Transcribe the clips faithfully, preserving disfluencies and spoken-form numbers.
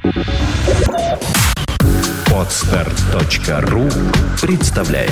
Подстер точка ру представляет.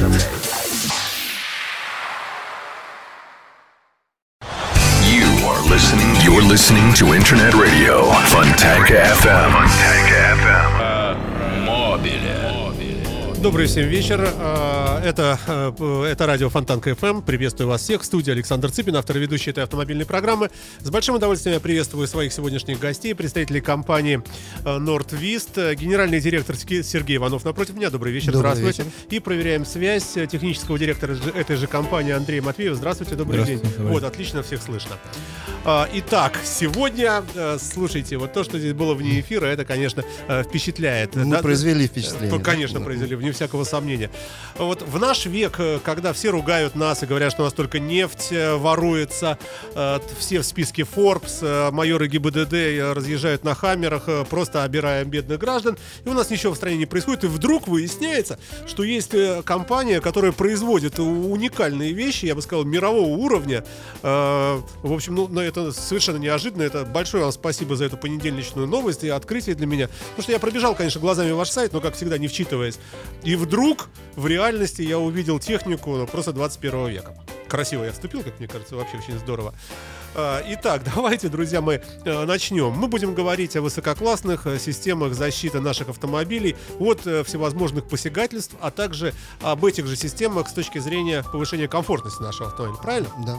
You are listening. You're listening to Internet Radio Fontanka эф эм. Fontanka эф эм. Мобиле. Добрый всем вечер. Это, это радио Фонтанка эф эм. Приветствую вас всех. В студии Александр Цыпин, автор и ведущий этой автомобильной программы. С большим удовольствием я приветствую своих сегодняшних гостей, представителей компании Nordvist, генеральный директор Сергей Иванов напротив меня. Добрый вечер. Добрый Здравствуйте. вечер. И проверяем связь технического директора этой же компании Андрей Матвеев. Здравствуйте, добрый Здравствуйте, день. Вот, отлично, всех слышно. Итак, сегодня, слушайте, вот то, что здесь было вне эфира, это, конечно, впечатляет. Мы Да, произвели впечатление. Конечно, да. произвели, вне всякого сомнения. Вот в наш век, когда все ругают нас и говорят, что у нас только нефть воруется, все в списке Forbes, майоры ГИБДД разъезжают на хаммерах, просто обирая бедных граждан, и у нас ничего в стране не происходит, и вдруг выясняется, что есть компания, которая производит уникальные вещи, я бы сказал, мирового уровня. В общем, ну, это совершенно неожиданно. Это большое вам спасибо за эту понедельничную новость и открытие для меня. Потому что я пробежал, конечно, глазами ваш сайт, но, как всегда, не вчитываясь. И вдруг в реальности я увидел технику, ну, просто двадцать первого века. Красиво я вступил, как мне кажется, вообще очень здорово. Итак, давайте, друзья, мы начнем. Мы будем говорить о высококлассных системах защиты наших автомобилей от всевозможных посягательств, а также об этих же системах с точки зрения повышения комфортности нашего автомобиля. Правильно? Да.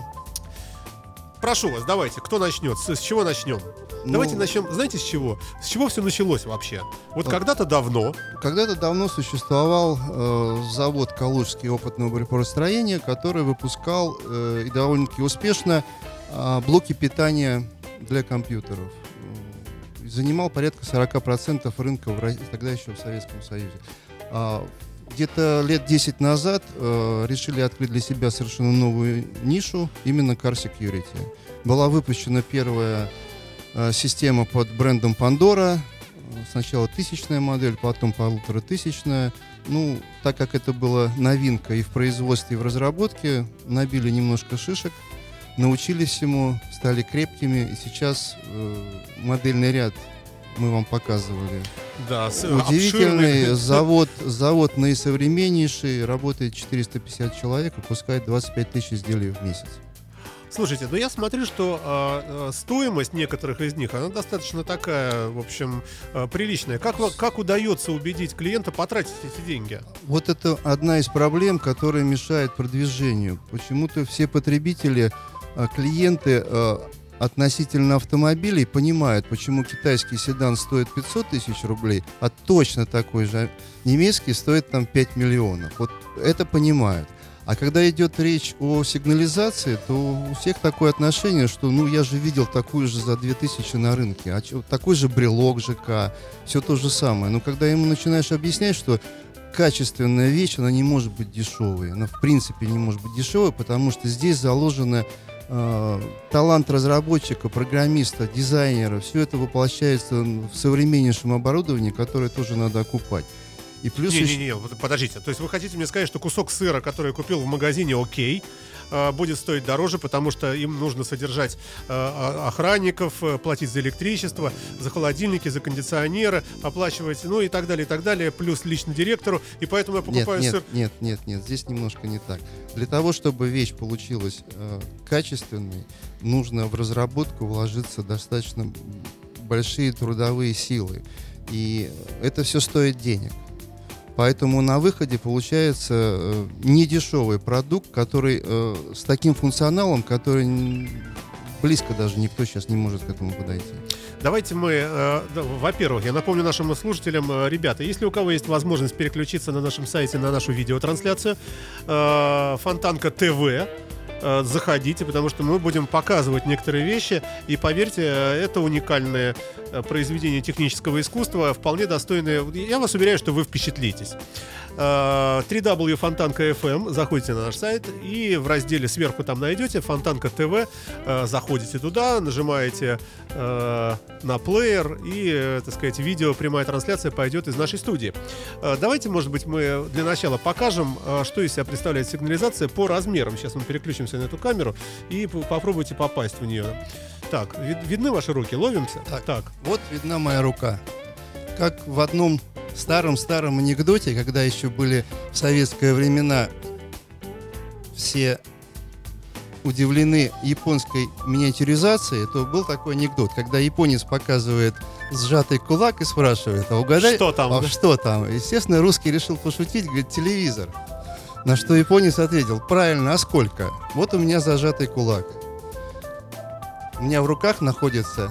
Прошу вас, давайте, кто начнет? С, с чего начнем? Ну, давайте начнем, знаете, с чего? С чего все началось вообще? Вот вот когда-то давно. Когда-то давно существовал э, завод «Калужский опытного приборостроения», который выпускал э, и довольно-таки успешно э, блоки питания для компьютеров. Э, занимал порядка сорок процентов рынка в, тогда еще в Советском Союзе. А, Где-то лет десять назад э, решили открыть для себя совершенно новую нишу, именно Car Security. Была выпущена первая э, система под брендом Pandora. Сначала тысячная модель, потом полуторатысячная. Ну, так как это была новинка и в производстве, и в разработке, набили немножко шишек, научились всему, стали крепкими. И сейчас э, модельный ряд мы вам показывали. Да, с, удивительный обширный. завод, завод наисовременнейший, работает четыреста пятьдесят человек, выпускает двадцать пять тысяч изделий в месяц. Слушайте, ну я смотрю, что э, стоимость некоторых из них, она достаточно такая, в общем, э, приличная. Как, как удается убедить клиента потратить эти деньги? Вот это одна из проблем, которая мешает продвижению. Почему-то все потребители, э, клиенты э, относительно автомобилей понимают, почему китайский седан стоит пятьсот тысяч рублей, а точно такой же немецкий стоит там пять миллионов. Вот это понимают. А когда идет речь о сигнализации, то у всех такое отношение, что ну я же видел такую же за две тысячи на рынке, а чё, такой же брелок ЖК, все то же самое. Но когда ему начинаешь объяснять, что качественная вещь, она не может быть дешевой, она в принципе не может быть дешевой, потому что здесь заложено э, талант разработчика, программиста, дизайнера, все это воплощается в современнейшем оборудовании, которое тоже надо окупать. И плюс Не-не-не, еще... подождите. То есть вы хотите мне сказать, что кусок сыра, который я купил в магазине «Окей», будет стоить дороже, потому что им нужно содержать охранников, платить за электричество, за холодильники, за кондиционеры, оплачивать, ну и так далее, и так далее, плюс лично директору, и поэтому я покупаю нет, сыр. Нет, нет, нет, здесь немножко не так. Для того, чтобы вещь получилась э, качественной, нужно в разработку вложиться достаточно большие трудовые силы, и это все стоит денег. Поэтому на выходе получается э, недешевый продукт, который э, с таким функционалом, который близко даже никто сейчас не может к этому подойти. Давайте мы, э, да, во-первых, я напомню нашим слушателям, э, ребята, если у кого есть возможность переключиться на нашем сайте на нашу видеотрансляцию, э, Фонтанка ТВ, э, заходите, потому что мы будем показывать некоторые вещи, и поверьте, это уникальные произведения технического искусства, вполне достойные. Я вас уверяю, что вы впечатлитесь. три дабл ю точка фонтанка точка эф эм, заходите на наш сайт и в разделе сверху там найдете Фонтанка ТВ, заходите туда, нажимаете на плеер и, так сказать, видео, прямая трансляция пойдет из нашей студии. Давайте, может быть, мы для начала покажем, что из себя представляет сигнализация по размерам. Сейчас мы переключимся на эту камеру и попробуйте попасть в нее. Так, вид- видны ваши руки? Ловимся? Так, так. Вот видна моя рука. как в одном старом-старом анекдоте, когда еще были в советские времена все удивлены японской миниатюризацией, то был такой анекдот, когда японец показывает сжатый кулак и спрашивает: а угадай, Что там? а что там? Естественно, русский решил пошутить, говорит: телевизор. На что японец ответил: правильно, а сколько? Вот у меня зажатый кулак. У меня в руках находятся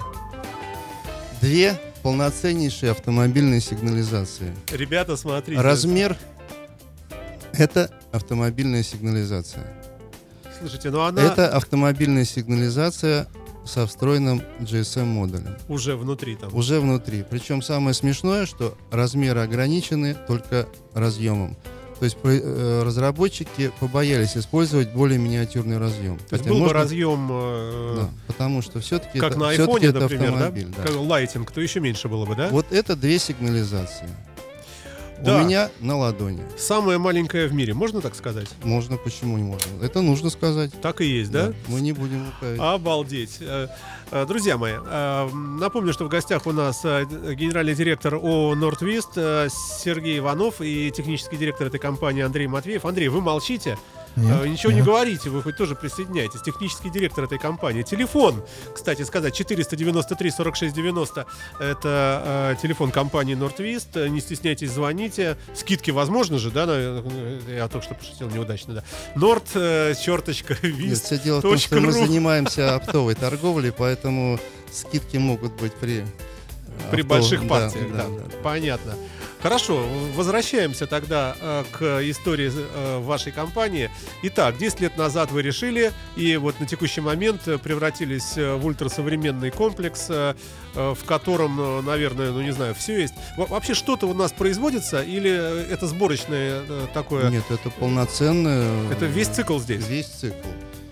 две полноценнейшие автомобильные сигнализации. Ребята, смотрите. Размер — это автомобильная сигнализация. Слушайте, ну она Это автомобильная сигнализация со встроенным джи эс эм-модулем. уже внутри там. Уже внутри. Причем самое смешное, что размеры ограничены только разъемом. То есть э, разработчики побоялись использовать более миниатюрный разъем. То есть Хотя был бы можно- разъем, э, Да, потому что все-таки как это, на все-таки айфоне, это например, да? автомобиль. Да. Как лайтинг, то еще меньше было бы, да? Вот это две сигнализации. Да. У меня на ладони. Самая маленькая в мире, можно так сказать? Можно, почему не можно? Это нужно сказать. Так и есть, да? Мы не будем лукавить. Обалдеть. Э, э, Друзья мои, э, напомню, что в гостях у нас э, генеральный директор ООО «Нордвист» э, Сергей Иванов и технический директор этой компании Андрей Матвеев. Андрей, вы молчите? Нет, Э, Ничего не нет. говорите, вы хоть тоже присоединяйтесь. Технический директор этой компании. Телефон, кстати сказать, четыреста девяносто три сорок шесть девяносто. Это э, телефон компании «Нордвист». Не стесняйтесь, звоните. Скидки возможны же, да? на- Я только что пошутил неудачно, да. Норд, э, черточка, Нет, вист. все дело в том, что мы точка ру. занимаемся оптовой торговлей, поэтому скидки могут быть при... э, При оптовых- больших да, партиях, да, да, да. понятно. Хорошо, возвращаемся тогда э, к истории э, вашей компании. Итак, десять лет назад вы решили, и вот на текущий момент э, превратились э, в ультрасовременный комплекс, э, э, в котором, э, наверное, ну не знаю, все есть. Во- Вообще что-то у нас производится, или это сборочное э, такое? Нет, это полноценное... Это весь цикл здесь? Весь цикл.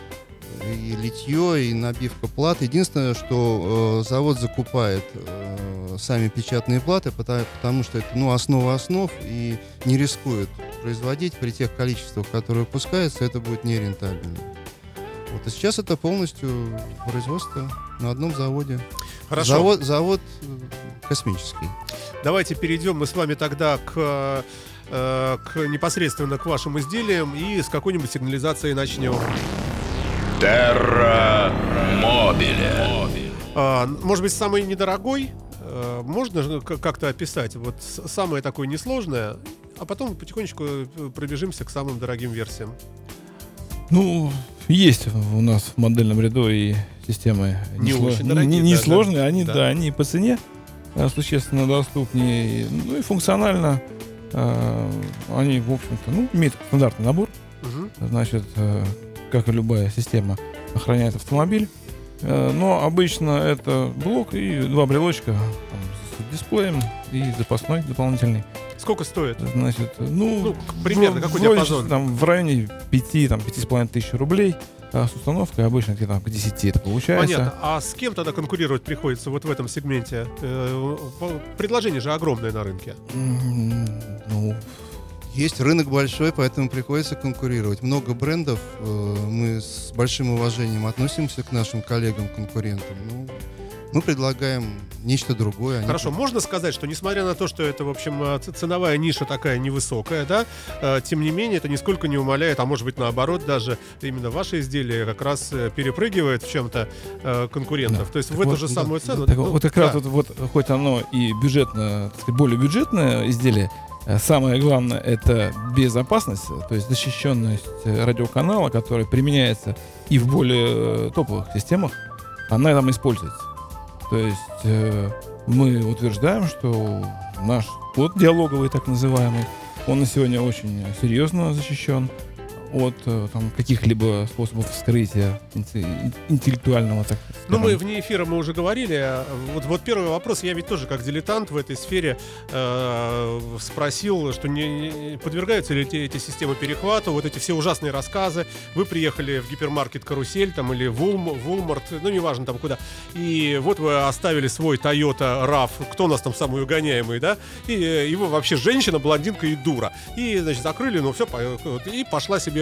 И литье, и набивка плат. Единственное, что э, завод закупает э, сами печатные платы, потому, потому что это ну, основа основ, и не рискует производить при тех количествах, которые выпускаются, это будет нерентабельно. Вот, и сейчас это полностью производство на одном заводе. Хорошо. Завод, завод э, космический. Давайте перейдем мы с вами тогда к, э, к непосредственно к вашим изделиям и с какой-нибудь сигнализацией начнем. Терра Мобиле. А, может быть, самый недорогой? А, можно же к- как-то описать? Вот с- самое такое несложное, а потом потихонечку э, пробежимся к самым дорогим версиям. Ну, есть у нас в модельном ряду и системы Не несло- очень дорогие, не- да, несложные, да. они, Да. да. они по цене а, существенно доступнее, ну и функционально а, они, в общем-то, ну, имеют стандартный набор. Мгм. Значит, э, как и любая система, охраняет автомобиль. Э, Но обычно это блок и два брелочка там, с дисплеем и запасной дополнительный. Сколько стоит? Значит, ну, Ну, к- примерно, в- какой вроде диапазон? Там в районе пяти, там, пяти с половиной тысяч рублей. А с установкой обычно где-то там к десяти это получается. Понятно. А с кем тогда конкурировать приходится вот в этом сегменте? Э, по- Предложение же огромное на рынке. М, Ну, Есть рынок большой, поэтому приходится конкурировать. Много брендов. э, Мы с большим уважением относимся к нашим коллегам-конкурентам. Ну, мы предлагаем нечто другое. они Хорошо, можно сказать, что несмотря на то, что это, в общем, э, ц- ценовая ниша такая невысокая, да, э, тем не менее это нисколько не умаляет, а может быть наоборот даже именно ваше изделие как раз э, перепрыгивает в чем-то э, конкурентов. Да. То есть Так в эту вот, же да, самую цену. так ну, вот как раз да. вот, вот хоть оно и бюджетно, так сказать, более бюджетное изделие, э, самое главное это безопасность, то есть защищенность э, радиоканала, который применяется и в более э, топовых системах, она там используется. То есть э, мы утверждаем, что наш код диалоговый, так называемый, он на сегодня очень серьезно защищен от э, там, каких-либо способов вскрытия инте- интеллектуального, так Ну, мы скажем. вне эфира мы уже говорили. а, Вот, вот первый вопрос. Я ведь тоже как дилетант в этой сфере э, спросил, что не, не подвергаются ли эти, эти системы перехвату, вот эти все ужасные рассказы. Вы приехали в гипермаркет «Карусель» там, или в Улм, в Улмарт, ну, неважно там куда. И вот вы оставили свой Toyota рав, кто у нас там самый угоняемый, да? И э, его вообще женщина, блондинка и дура. И, значит, закрыли, ну, все, и пошла себе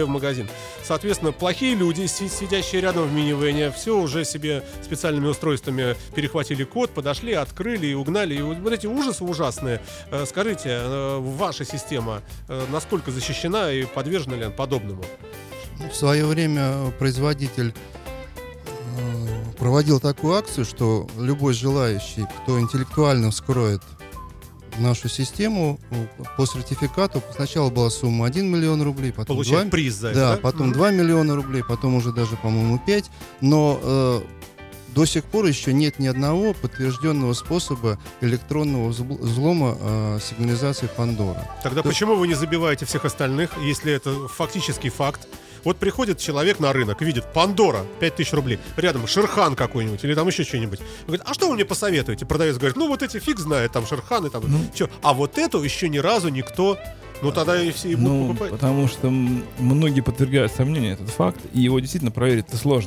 себе в магазин. Соответственно, плохие люди, си- сидящие рядом в минивэне, все уже себе специальными устройствами перехватили код, подошли, открыли и угнали. И вот эти ужасы ужасные. Э, скажите, э, ваша система э, насколько защищена и подвержена ли она подобному? В свое время производитель проводил такую акцию, что любой желающий, кто интеллектуально вскроет нашу систему, по сертификату сначала была сумма один миллион рублей, потом получает два, приз за это, да, да? потом Mm-hmm. два миллиона рублей, потом уже даже, по-моему, пять. Но э, до сих пор еще нет ни одного подтвержденного способа электронного взлома э, сигнализации Пандора. Тогда То... почему вы не забиваете всех остальных, если это фактический факт? Вот приходит человек на рынок, видит Пандора, пять тысяч рублей, рядом Шерхан какой-нибудь или там еще что-нибудь. Говорит, а что вы мне посоветуете? Продавец говорит, ну вот эти фиг знает, там Шерханы, там, Ну. чё? А вот эту еще ни разу никто, ну тогда и все и будут Ну, покупать. потому что м, многие подвергают сомнению этот факт, и его действительно проверить-то сложно.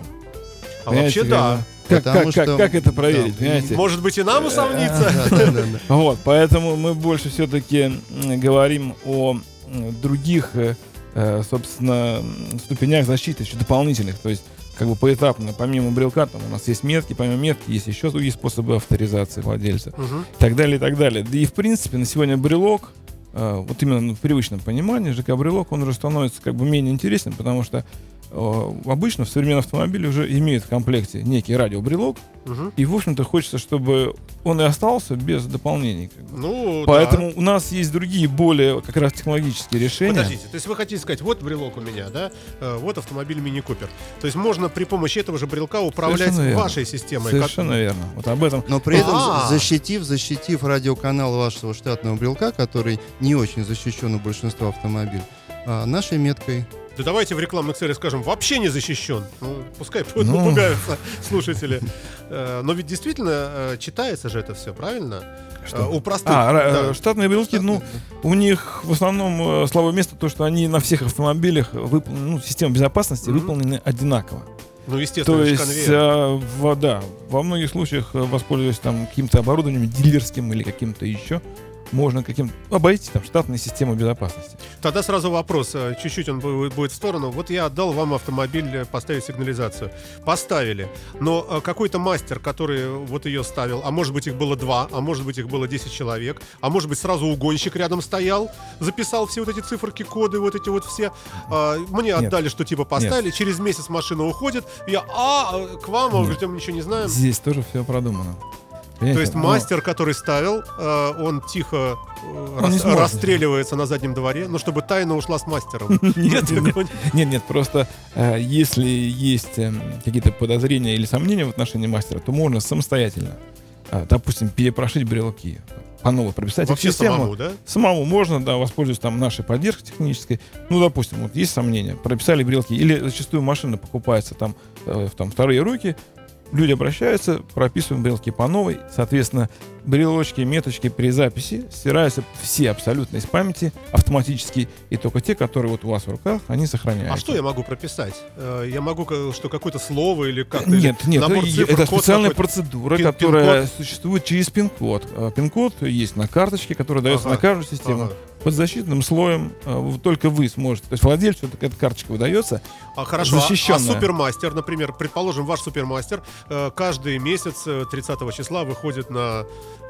А вообще да. Как, Потому как, как, что- как это проверить, да, понимаете? Может быть и нам усомниться? Да, да, да, да. Вот, поэтому мы больше все-таки м, говорим о м, других, э, э, собственно, м, ступенях защиты, еще дополнительных. То есть, как бы поэтапно, помимо брелка, там у нас есть метки, помимо метки есть еще другие способы авторизации владельца, Мгм. и так далее, и так далее. Да и, в принципе, на сегодня брелок, э, вот именно в привычном понимании, ЖК-брелок, он уже становится как бы менее интересен, потому что э, обычно в современном автомобиле уже имеют в комплекте некий радиобрелок, Мгм. и, в общем-то, хочется, чтобы он и остался без дополнений. как бы. Ну, Поэтому да. у нас есть другие, более как раз технологические решения. Подождите, то есть вы хотите сказать, вот брелок у меня, да, э, вот автомобиль Мини Купер. То есть можно при помощи этого же брелка управлять Совершенно верно. вашей системой. Совершенно верно. Вот об этом. Но при этом А. защитив, защитив радиоканал вашего штатного брелка, который не очень защищен у большинства автомобилей, а, нашей меткой. Да давайте в рекламных целях скажем, вообще не защищен. Ну, пускай Ну. напугаются слушатели. Э, Но ведь действительно э, читается же это все, правильно? Что? Э, У простых. А, ра- да. штатные брелки, ну, у них в основном э, слабое место то, что они на всех автомобилях, выпол- ну, система безопасности Мгм. выполнены одинаково. Ну, естественно, То это же есть, конвейер. э, в- да, во многих случаях, э, воспользуясь там каким-то оборудованием дилерским или каким-то еще, можно каким обойти там штатные системы безопасности. Тогда сразу вопрос, э, чуть-чуть он бу- будет в сторону. Вот я отдал вам автомобиль э, поставить сигнализацию. Поставили. Но э, какой-то мастер, который вот ее ставил, а может быть их было два, а может быть их было десять человек, а может быть сразу угонщик рядом стоял, записал все вот эти циферки, коды, вот эти вот все. А, Мне Нет. отдали, что типа поставили, через месяц машина уходит, я, а, к вам, а вы Нет. говорите, мы ничего не знаем. Здесь тоже все продумано. То Понимаете? есть Но- мастер, который ставил, э, он тихо э, Он не рас- сможет. расстреливается на заднем дворе, ну, чтобы тайна ушла с мастером. Нет, нет, Такого Нет, нет, просто э, если есть эм, какие-то подозрения или сомнения в отношении мастера, то можно самостоятельно, э, допустим, перепрошить брелки, по новой прописать их в Вообще систему. самому, да? Самому можно, да, воспользоваться там нашей поддержкой технической. Ну, допустим, вот есть сомнения, прописали брелки, или зачастую машина покупается там, э, в там вторые руки, люди обращаются, прописываем брелки по новой, соответственно, брелочки, меточки при записи стираются все абсолютно из памяти автоматически, и только те, которые вот у вас в руках, они сохраняются. А что я могу прописать? Э, Я могу, ка- что какое-то слово или как-то? Нет, или нет, набор это, цифр, это код специальная какой-то? процедура, Пин- которая пин-код? существует через пин-код. А Пин-код есть на карточке, которая дается Ага, на каждую систему. ага. Под защитным слоем а, в- только вы сможете. То есть владельцу эта, эта карточка выдается. А хорошо, а- а, защищенная. супермастер, например, предположим, ваш супермастер э, каждый месяц э, тридцатого числа выходит на,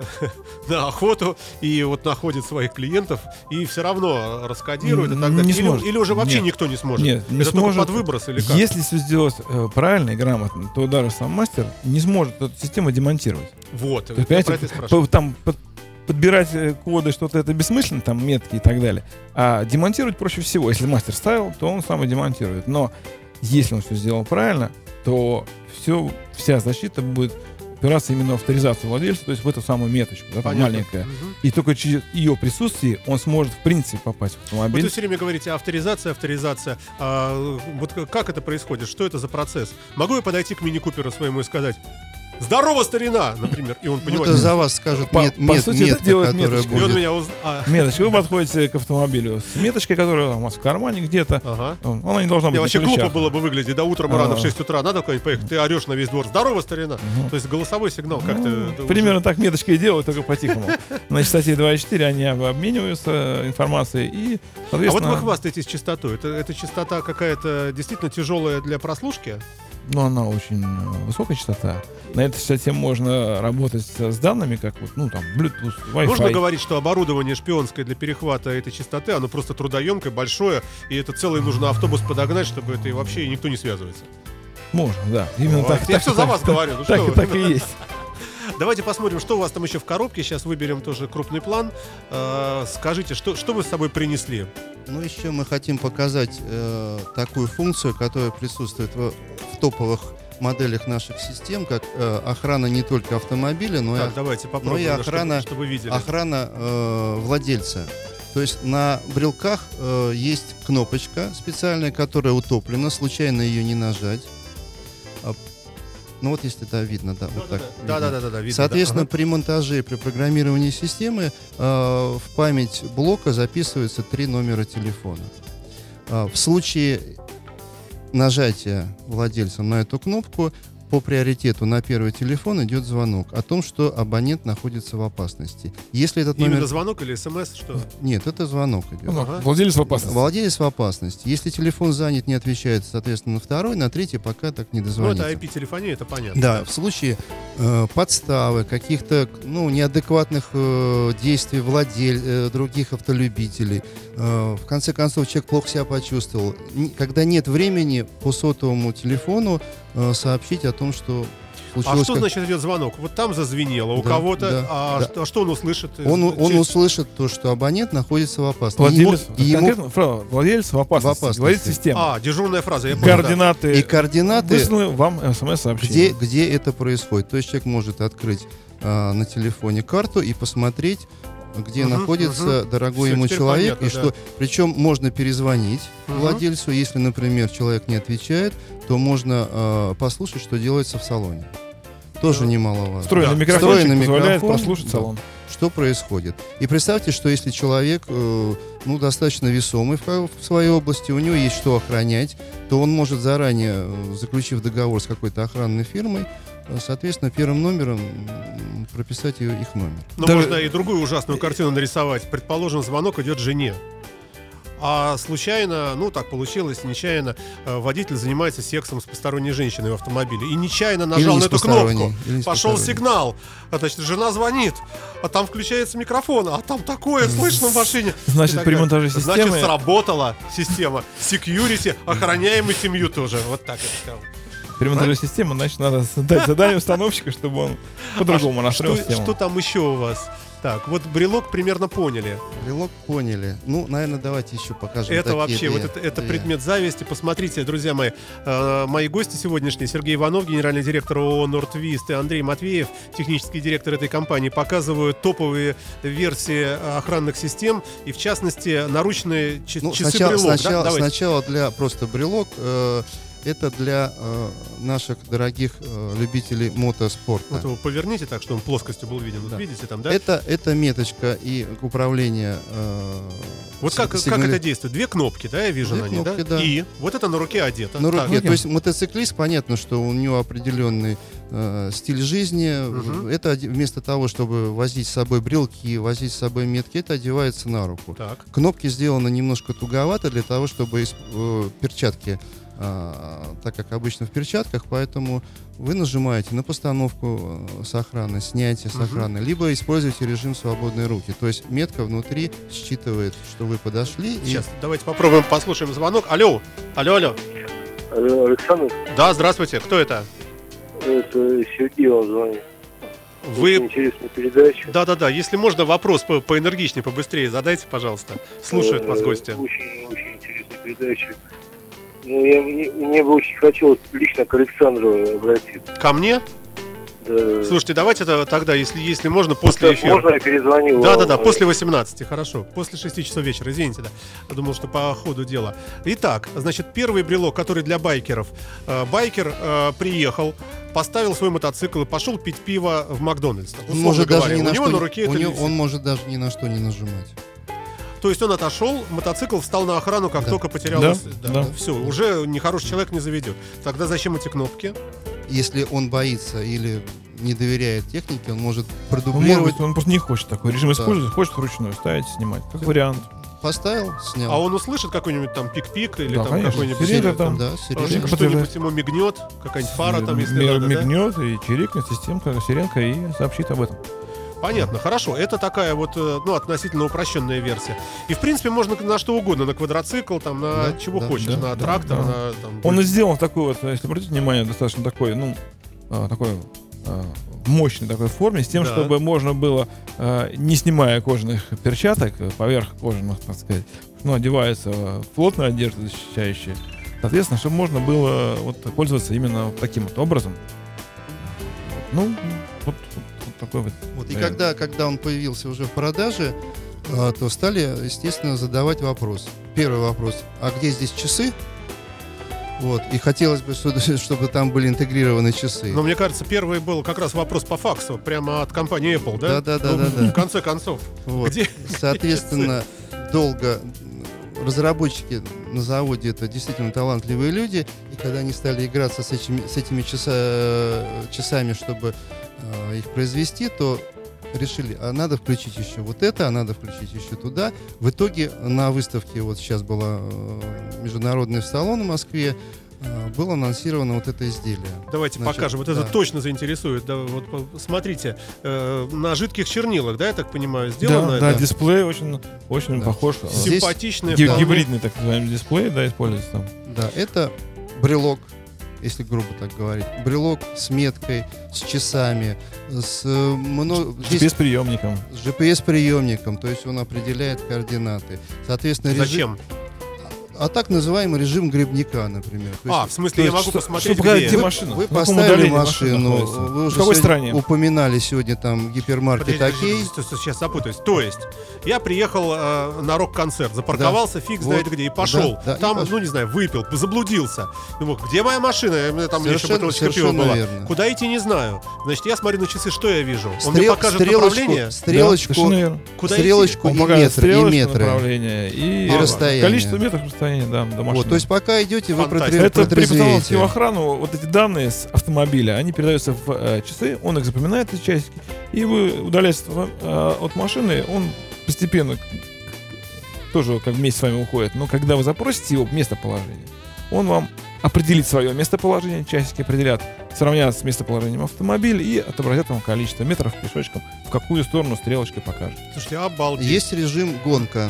на охоту и вот находит своих клиентов и все равно раскодирует и так Н- далее. не Или, сможет. или уже вообще Нет. никто не сможет? Нет, не Это сможет. только под выброс или как? Если все сделать э, правильно и грамотно, то даже сам мастер не сможет эту систему демонтировать. Вот, То я есть, про понимаете, это и спрашиваю. по- там под- подбирать э, коды, что-то это бессмысленно, там метки и так далее. А демонтировать проще всего. Если мастер ставил, то он сам и демонтирует. Но если он все сделал правильно, то все, вся защита будет опираться именно в авторизацию владельца, то есть в эту самую меточку, да, там Понятно. маленькая. Мгм. И только через ее присутствие он сможет в принципе попасть в Вот автомобиль. вы все время говорите авторизация, авторизация. А, вот к- как это происходит? Что это за процесс? Могу я подойти к мини-куперу своему и сказать: здорово, старина, например, и он Ну, понимает. это за вас скажет По- мет, по мет- сути, это метка, делает которая меточка. И он будет. меня уз- а, Меточка, вы подходите к автомобилю с меточкой, которая у вас в кармане где-то. Ага. Она не должна быть Не, на вообще глупо ключах. было бы выглядеть, да, утром рано А. в шесть утра надо куда-нибудь поехать, ты орешь на весь двор, здорово, старина. То есть голосовой сигнал как-то... Ну, это уже- примерно так меточка и делают, только по-тихому. На частоте два и четыре они об- обмениваются информацией и, А вот соответственно, вы хвастаетесь частотой. Это, это частота какая-то действительно тяжелая для прослушки? ну, она очень э, высокая частота. На этой частоте можно работать с данными, как вот, ну, там, Bluetooth, Wi-Fi. Можно говорить, что оборудование шпионское для перехвата этой частоты, оно просто трудоемкое, большое, и это целый нужно автобус подогнать, чтобы это и вообще никто не связывается. Можно, да. Именно Вот. так. Я так, все за так, вас так, говорю, ну так, что вы. так и есть. Давайте посмотрим, что у вас там еще в коробке. Сейчас выберем тоже крупный план. Э, Скажите, что, что вы с собой принесли? Ну, еще мы хотим показать э, такую функцию, которая присутствует в, в топовых моделях наших систем, как э, охрана не только автомобиля, но Так, и, давайте но попробуем, и да, охрана, чтобы, чтобы вы видели. охрана э, владельца. То есть на брелках э, есть кнопочка специальная, которая утоплена, случайно ее не нажать. А, ну вот если это видно, да, вот так. Да, да, видно. да, да, да, видно, Соответственно, да. при монтаже и при программировании системы э, в память блока записываются три номера телефона. Э, в случае нажатия владельцем на эту кнопку по приоритету на первый телефон идет звонок о том, что абонент находится в опасности. Если этот Именно номер... звонок или смс, что? Нет, это звонок идет. Ну, Ага. Владелец в опасности. Владелец в опасности. Если телефон занят, не отвечает, соответственно, на второй, на третий пока так не Ну, дозвонится. это ай пи-телефония, это понятно. Да, в случае э, подставы, каких-то ну, неадекватных э, действий владель, э, других автолюбителей, э, в конце концов человек плохо себя почувствовал. Н- Когда нет времени по сотовому телефону э, сообщить о том, что А случилось... что как- значит идет звонок? Вот там зазвенело у Да, кого-то, да, а, да. Что, а что он услышит? Он, он Через- услышит то, что абонент находится в опасности. Владелец, И ему- конкретно, фраза, владелец в опасности. В опасности. Говорит система. А, дежурная фраза, я понял. да. Координаты. и координаты, Высланы вам где, смс-сообщение. где это происходит. То есть человек может открыть а, на телефоне карту и посмотреть, где Мгм, находится мгм. дорогой Всё, ему теперь человек, понятно, и да. что, причем можно перезвонить Мгм. владельцу, если, например, человек не отвечает, то можно а, послушать, что делается в салоне. Тоже Да. немаловажно. Встроенный Да. микрофончик Встроенный позволяет микрофон, прослушать да. салон. Что происходит. И представьте, что если человек э, ну, достаточно весомый в, ка- в своей области, у него есть что охранять, то он может заранее, э, заключив договор с какой-то охранной фирмой, э, соответственно, первым номером м, прописать ее- их номер. Но Даже- можно и другую ужасную картину нарисовать. Предположим, звонок идет жене. А случайно, ну так получилось, нечаянно, э, водитель занимается сексом с посторонней женщиной в автомобиле. И нечаянно нажал не на с эту посторонней, кнопку. или не с Пошел посторонней. сигнал. А, значит, жена звонит. А там включается микрофон. А там такое слышно в машине. Значит, И так при далее. монтаже Значит, системы- сработала система. Security, охраняем и семью тоже. Вот так это сказал. При монтаже системы, значит, надо дать задание установщика, чтобы он по-другому настроил Что, систему. что там еще у вас? Так, вот брелок примерно поняли. Брелок поняли. Ну, наверное, давайте еще покажем. Это такие вообще, две- вот это, это две. предмет зависти. Посмотрите, друзья мои, э, мои гости сегодняшние, Сергей Иванов, генеральный директор ООО «Нортвист», и Андрей Матвеев, технический директор этой компании, показывают топовые версии охранных систем, и в частности, наручные ч- Ну, часы сначала, брелок. да? сначала, Давайте. сначала для просто брелок. э, это для э, наших дорогих э, любителей мотоспорта. Вот его поверните так, чтобы он плоскостью был виден. Вот Да. видите там, да? Это, это меточка и управление. э, вот как, как сигнали- это действует? Две кнопки, да, я вижу Две на ней, кнопки, да? да. И вот это на руке одето. На Так. руке. То есть мотоциклист, понятно, что у него определенный э, стиль жизни. Мгм. Это оде- вместо того, чтобы возить с собой брелки, возить с собой метки, это одевается на руку. Так. Кнопки сделаны немножко туговато для того, чтобы исп- э, перчатки, а, так как обычно в перчатках, поэтому вы нажимаете на постановку э, с охраны, снятие с Мгм. охраны, либо используете режим свободной руки. То есть метка внутри считывает, что вы подошли. и- Сейчас, давайте попробуем, послушаем звонок. Алло, алло, алло. Алло, Александр, Да, здравствуйте, кто это? это Сергей вам звонит. Очень Вы... интересная передача. Да-да-да, если можно, вопрос по поэнергичнее, побыстрее задайте, пожалуйста. Слушают вас Э, гости. Очень, очень интересная передача. Ну, я, мне, мне бы очень хотелось лично к Александру обратиться. Ко мне? Да. Слушайте, давайте это тогда, если, если можно, после Так, можно эфира. я перезвоню? Да-да-да, вам? после восемнадцати, хорошо. После шести часов вечера, извините, да. Я думал, что по ходу дела. Итак, значит, первый брелок, который для байкеров. Э, Байкер э, приехал, поставил свой мотоцикл и пошел пить пиво в Макдональдс. Он может, говоря, даже ни у на него что, на руке у это него- висит. он может даже ни на что не нажимать. То есть он отошел, мотоцикл встал на охрану, как Да. только потерял... Да, ос- да. Все, уже нехороший человек не заведет. Тогда зачем эти кнопки? Если он боится или не доверяет технике, он может Ну, может продублировать. быть, он просто не хочет такой режим Да. использовать, хочет вручную ставить, снимать. Как вариант. Поставил, снял. А он услышит какой-нибудь там пик-пик или Да, там конечно. какой-нибудь... Сирена э, там. Да, э, серьезно. Что-нибудь ему мигнет, какая-нибудь фара там, если Ми- надо, да? мигнет и чирикнет системка, сиренка и сообщит об этом. Понятно, хорошо. Это такая вот, э, ну, относительно упрощенная версия. И, в принципе, можно на что угодно. На квадроцикл, там, на Да, чего да, хочешь. да, на да, трактор, да. на... Там, Он и сделан в такой вот, если обратите внимание, достаточно такой, ну, а, такой а, мощной такой форме, с тем, Да. чтобы можно было, а, не снимая кожаных перчаток, поверх кожаных, так сказать, ну, одевается плотная одежда защищающая, соответственно, чтобы можно было вот пользоваться именно таким вот образом. Ну, вот, вот, вот такой вот. Вот, и вариант. когда, когда он появился уже в продаже, а, то стали, естественно, задавать вопрос. Первый вопрос: а где здесь часы? Вот. И хотелось бы, чтобы, чтобы там были интегрированы часы. Но мне кажется, первый был как раз вопрос по факсу, прямо от компании Apple, да? Да-да-да-да-да. Ну, в конце концов. Вот. Где? Соответственно, долго разработчики на заводе — это действительно талантливые люди, и когда они стали играться с этими, с этими часа, часами, чтобы э, их произвести, то решили, а надо включить еще вот это, а надо включить еще туда. В итоге на выставке, вот сейчас была э, международная в салон в Москве, э, было анонсировано вот это изделие. Давайте Значит, покажем. Вот да. это точно заинтересует. Да, вот по- смотрите, э, на жидких чернилах, да, я так понимаю, сделано Да, да, это? дисплей очень, очень Да. похож. э, Здесь Симпатичное. Ги- вполне. Гибридный, так называемый, дисплей, да, используется там. Да, это брелок, если грубо так говорить. Брелок с меткой, с часами, с, э, мно- С здесь бесприемником. с джи пи эс-приемником, то есть он определяет координаты. Соответственно, режим, Зачем? а так называемый режим гребняка, например. То А, есть в смысле, я То есть могу что- посмотреть, что показать, где где я? вы, машина? вы На каком поставили удалении машина машину, находится? вы уже В какой сегодня стране? упоминали сегодня там гипермаркет Подожди, подожди, «Окей». подожди, стой, стой, сейчас запутаюсь. То есть, я приехал э, на рок-концерт, запарковался, фиг Вот. знает где, и пошел. Да, да, и Там, пошел. ну не знаю, выпил, заблудился. Думаю, где моя машина? Я- у меня Там еще Совершенно- бутылочка пива совершенно была. верно. Куда идти, не знаю. Значит, я смотрю на часы, что я вижу? Он Стрел- мне покажет стрелочку, направление? Да, стрелочку, совершенно верно. Куда стрелочку Он и, показывает метры, и стрелочное метры. направление и, И расстояние. количество метров расстояния, да, до машины. Вот, то есть пока идете, вы Фантастика. протре- это при постановке протрезвеете. в охрану, вот эти данные с автомобиля, они передаются в э, часы, он их запоминает, эти часики, и вы удаляетесь э, от машины, он постепенно тоже как вместе с вами уходит. Но когда вы запросите его местоположение, он вам определит свое местоположение, часики определят, сравнят с местоположением автомобиля и отобразят вам количество метров пешочком, в какую сторону стрелочкой покажет. Слушайте, обалдеть. Есть режим гонка.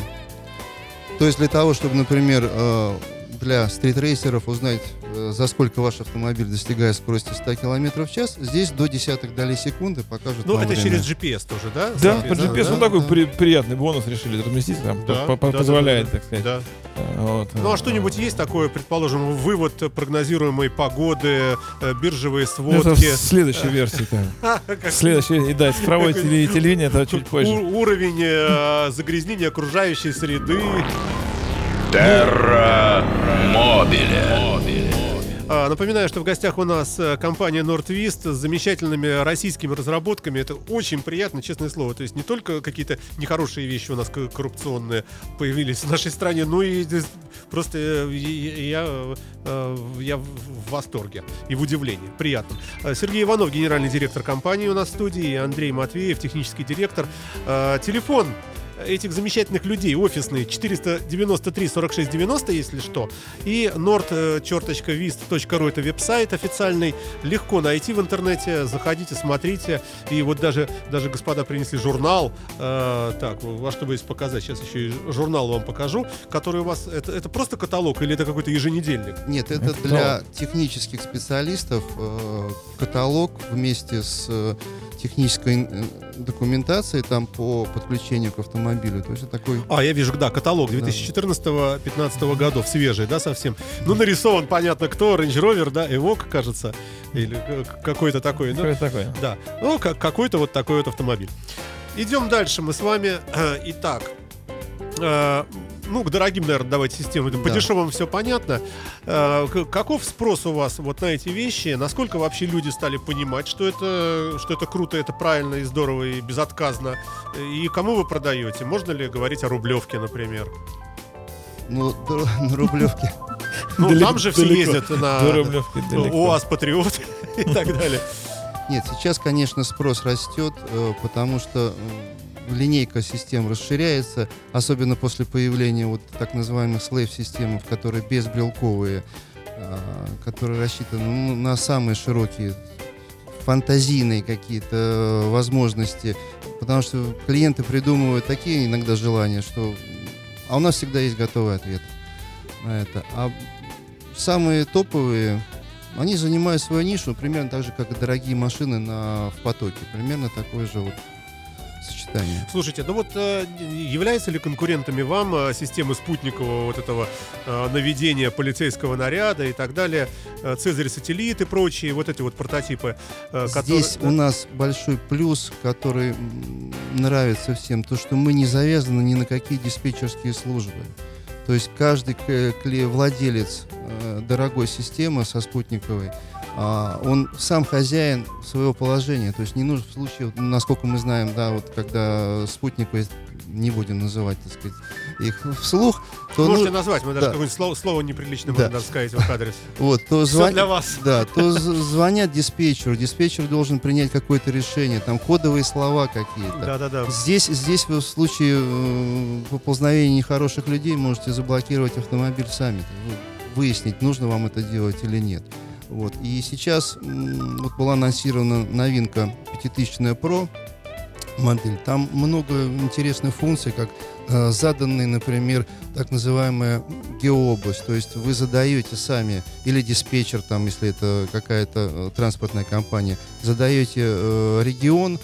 То есть для того, чтобы, например, э, для стритрейсеров узнать, э, за сколько ваш автомобиль достигает скорости сто километров в час, здесь до десятых долей секунды покажет Ну, вам это время. через джи пи эс тоже, да? Да, Соответственно, по джи пи эс, да? ну такой да. при- приятный бонус решили разместить, там, Да, по- по- да, позволяет, да, да, так сказать. Да. Э, вот, Ну, а э, что-нибудь есть такое, предположим, вывод прогнозируемой погоды, э, биржевые Ну, это в сводки? следующей версии. там. Как- Следующий, и да, цифровое Какой- теле- телевидение, это чуть позже. У- уровень э, загрязнения окружающей среды. Терра Мобиле. А, Напоминаю, что в гостях у нас э, компания Nordvist с замечательными российскими разработками. Это очень приятно, честное слово. То есть не только какие-то нехорошие вещи у нас к- коррупционные появились в нашей стране, но и э, просто э, я, я, э, я в восторге и в удивлении. Приятно. Э, Сергей Иванов, генеральный директор компании у нас в студии, и Андрей Матвеев, технический директор. Э, Телефон этих замечательных людей офисный четыреста девяносто три сорок шесть девяносто, если что, и nord точка vist точка ru, это веб-сайт официальный, легко найти в интернете, заходите, смотрите, и вот даже, даже господа принесли журнал, э, так, во что бы здесь показать, сейчас еще и журнал вам покажу, который у вас, это, это просто каталог или это какой-то еженедельник? Нет, это Это для технических специалистов э, каталог вместе с э, технической э, документацией там по подключению к автомобилю. То есть это такой... А, я вижу, да, каталог две тысячи четырнадцатого-пятнадцатого годов, свежий, да, совсем. Ну, нарисован, понятно, кто, Range Rover, да, Evoque, кажется, или э, какой-то такой, ну, Что это такое? да, ну, как, какой-то вот такой вот автомобиль. Идем дальше мы с вами. Итак, э, ну, к дорогим, наверное, давайте системам. По Да. дешевым все понятно. Э, к- Каков спрос у вас вот на эти вещи? Насколько вообще люди стали понимать, что это, что это круто, это правильно и здорово, и безотказно? И кому вы продаете? Можно ли говорить о Рублевке, например? Ну, до- на Рублевке. Ну, Далеко- там же все далеко. ездят на До Рублевки далеко. УАЗ Патриот и так далее. Нет, сейчас, конечно, спрос растет, э, потому что э, линейка систем расширяется, особенно после появления вот так называемых слейв-систем, которые безбелковые, э, которые рассчитаны ну, на самые широкие фантазийные какие-то э, возможности, потому что клиенты придумывают такие иногда желания, что... А у нас всегда есть готовый ответ на это. А самые топовые... Они занимают свою нишу примерно так же, как и дорогие машины на, в потоке. Примерно такое же вот сочетание. Слушайте, ну вот э, являются ли конкурентами вам э, системы спутникового вот этого э, наведения полицейского наряда и так далее, э, Цезарь сателлит и прочие вот эти вот прототипы, э, которые... Здесь у нас большой плюс, который м, нравится всем, то, что мы не завязаны ни на какие диспетчерские службы. То есть каждый к- кли- владелец э, дорогой системы со спутниковой, а, он сам хозяин своего положения. То есть не нужно в случае, вот, насколько мы знаем, да, вот когда спутниковые, не будем называть, так сказать, их вслух, то, Можете ну, назвать, мы даже да. какое-нибудь слово, слово неприличное Да. можем даже сказать в их адрес. вот, то Все звон- для вас. Да, то з- звонят диспетчеру, диспетчер должен принять какое-то решение, там кодовые слова какие-то. Да-да-да. Здесь, здесь вы в случае э, поползновения нехороших людей можете заблокировать автомобиль сами, вы- выяснить, нужно вам это делать или нет. Вот. И сейчас м, вот была анонсирована новинка пятитысячная Pro модель. Там много интересных функций, как э, заданные, например, так называемая геообласть. То есть вы задаете сами, или диспетчер, там, если это какая-то э, транспортная компания, задаете э, регион,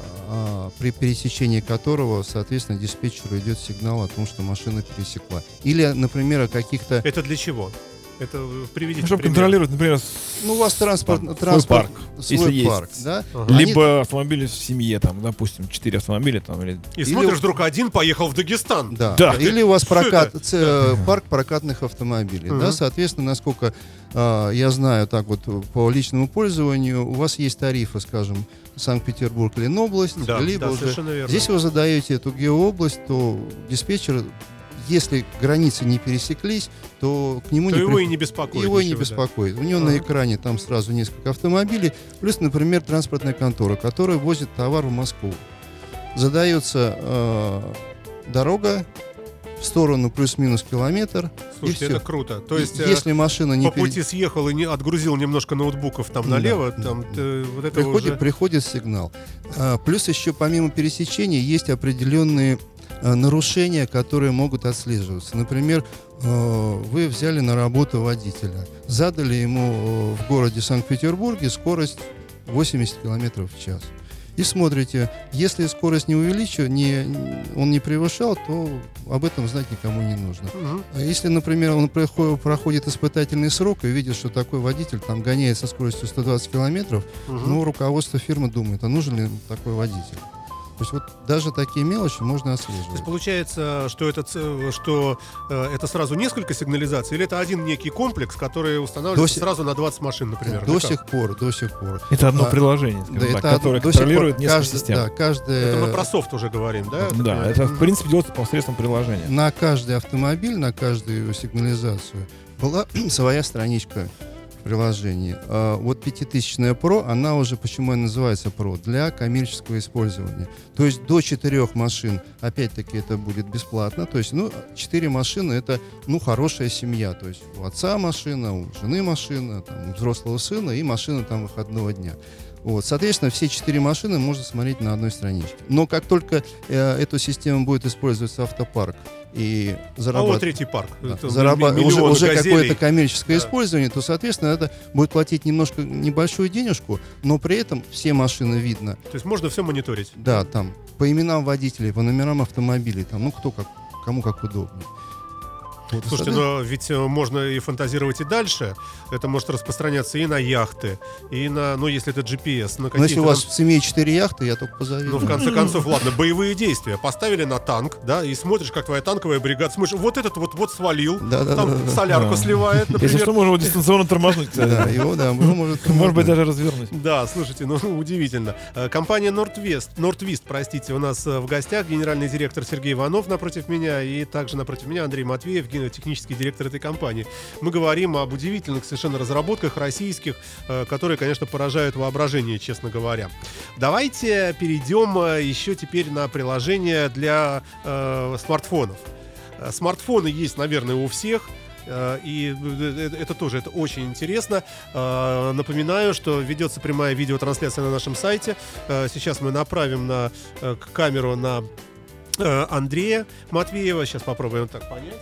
а, при пересечении которого, соответственно, диспетчеру идет сигнал о том, что машина пересекла. Или, например, о каких-то... Это для чего? Это э, приведите Чтобы пример. контролировать, например, с- Ну, у вас транспорт, Свой транспорт, парк, свой если есть. парк, да? Ага. Они- либо автомобили в семье, там, допустим, четыре автомобиля, там, или... И Или- смотришь, вдруг один поехал в Дагестан. Да. Да. Или у вас Что прокат, это? ц- э, парк прокатных автомобилей. Мгм. Да? Соответственно, насколько а, я знаю, так вот по личному пользованию, у вас есть тарифы, скажем, Санкт-Петербург, Ленобласть, Да, либо да, уже... совершенно верно. Здесь вы задаете эту геообласть, то диспетчер, если границы не пересеклись, то к нему То не его при- и не беспокоит. его и не ничего, да. беспокоит. У него Ага. на экране там сразу несколько автомобилей, плюс, например, транспортная контора, которая возит товар в Москву. Задается э, дорога в сторону плюс-минус километр. Слушайте, и всё. это круто. То И есть э, если машина не по пере- пути съехал и не отгрузил немножко ноутбуков там Да, налево, да, там да. э, вот это приходит, уже... приходит сигнал. А, плюс еще помимо пересечения есть определенные а, нарушения, которые могут отслеживаться. Например, э, вы взяли на работу водителя, задали ему э, в городе Санкт-Петербурге скорость восемьдесят километров в час. И смотрите, если скорость не увеличил, не, он не превышал, то об этом знать никому не нужно. Мгм. А если, например, он проходит, проходит испытательный срок и видит, что такой водитель там гоняет со скоростью сто двадцать километров, Мгм. ну, руководство фирмы думает, а нужен ли такой водитель. То есть вот даже такие мелочи можно То есть отслеживать. получается, что это, ц- что э, это сразу несколько сигнализаций, или это один некий комплекс, который устанавливается До си- сразу на двадцать машин, например? До или как? сих пор, до сих пор. Это одно А, приложение, скажем Да, так, это которое до сих пор контролирует несколько каждый- систем. Да, каждое, Это мы про софт уже говорим, да? Да, Такое? это, в Мгм. принципе, делается посредством приложения. на каждый автомобиль, на каждую сигнализацию была своя страничка в приложении. А вот пятитысячная Pro, она уже, почему она называется Pro, для коммерческого использования. То есть до четырех машин, опять-таки, это будет бесплатно. То есть, ну, четыре машины — это, ну, хорошая семья. То есть у отца машина, у жены машина, там, у взрослого сына и машина там выходного дня. Вот, соответственно, все четыре машины можно смотреть на одной страничке. Но как только э, эту систему будет использоваться автопарк и А вот зарабатывать... третий парк. Да, Это зараба- ми- уже, миллионы уже газелей. какое-то коммерческое Да. использование, то, соответственно, это будет платить немножко небольшую денежку, но при этом все машины видно. То есть можно все мониторить. Да, там по именам водителей, по номерам автомобилей, там, ну кто как, кому как удобнее. Вот, Слушайте, но ведь можно и фантазировать и дальше. Это может распространяться и на яхты, и на, ну, если это джи пи эс, на Но если какие-то у вас там- в семье четыре яхты, я только Ну, позавидую. в конце концов, ладно, боевые действия. Поставили на танк, да, и смотришь, как твоя танковая бригада, смотришь, вот этот вот вот свалил, Да-да-да. там солярку Да. сливает, Если например. что, можно его дистанционно тормознуть, кстати. Да, его, да, его может... Может быть, даже развернуть. Да, слушайте, ну удивительно. Э, Компания Nordwest, Nordwest, простите, у нас э, в гостях генеральный директор Сергей Иванов напротив меня, и также напротив меня Андрей Матвеев, ген- технический директор этой компании. Мы говорим об удивительных совершенно разработках российских, э, которые, конечно, поражают воображение, честно говоря. Давайте перейдем э, еще теперь на приложение для э, смартфонов. Э, Смартфоны есть, наверное, у всех. Э, И э, это тоже это очень интересно. Э, Напоминаю, что ведется прямая видеотрансляция на нашем сайте. Э, Сейчас мы направим на э, к- камеру на э, Андрея Матвеева. Сейчас попробуем так понять.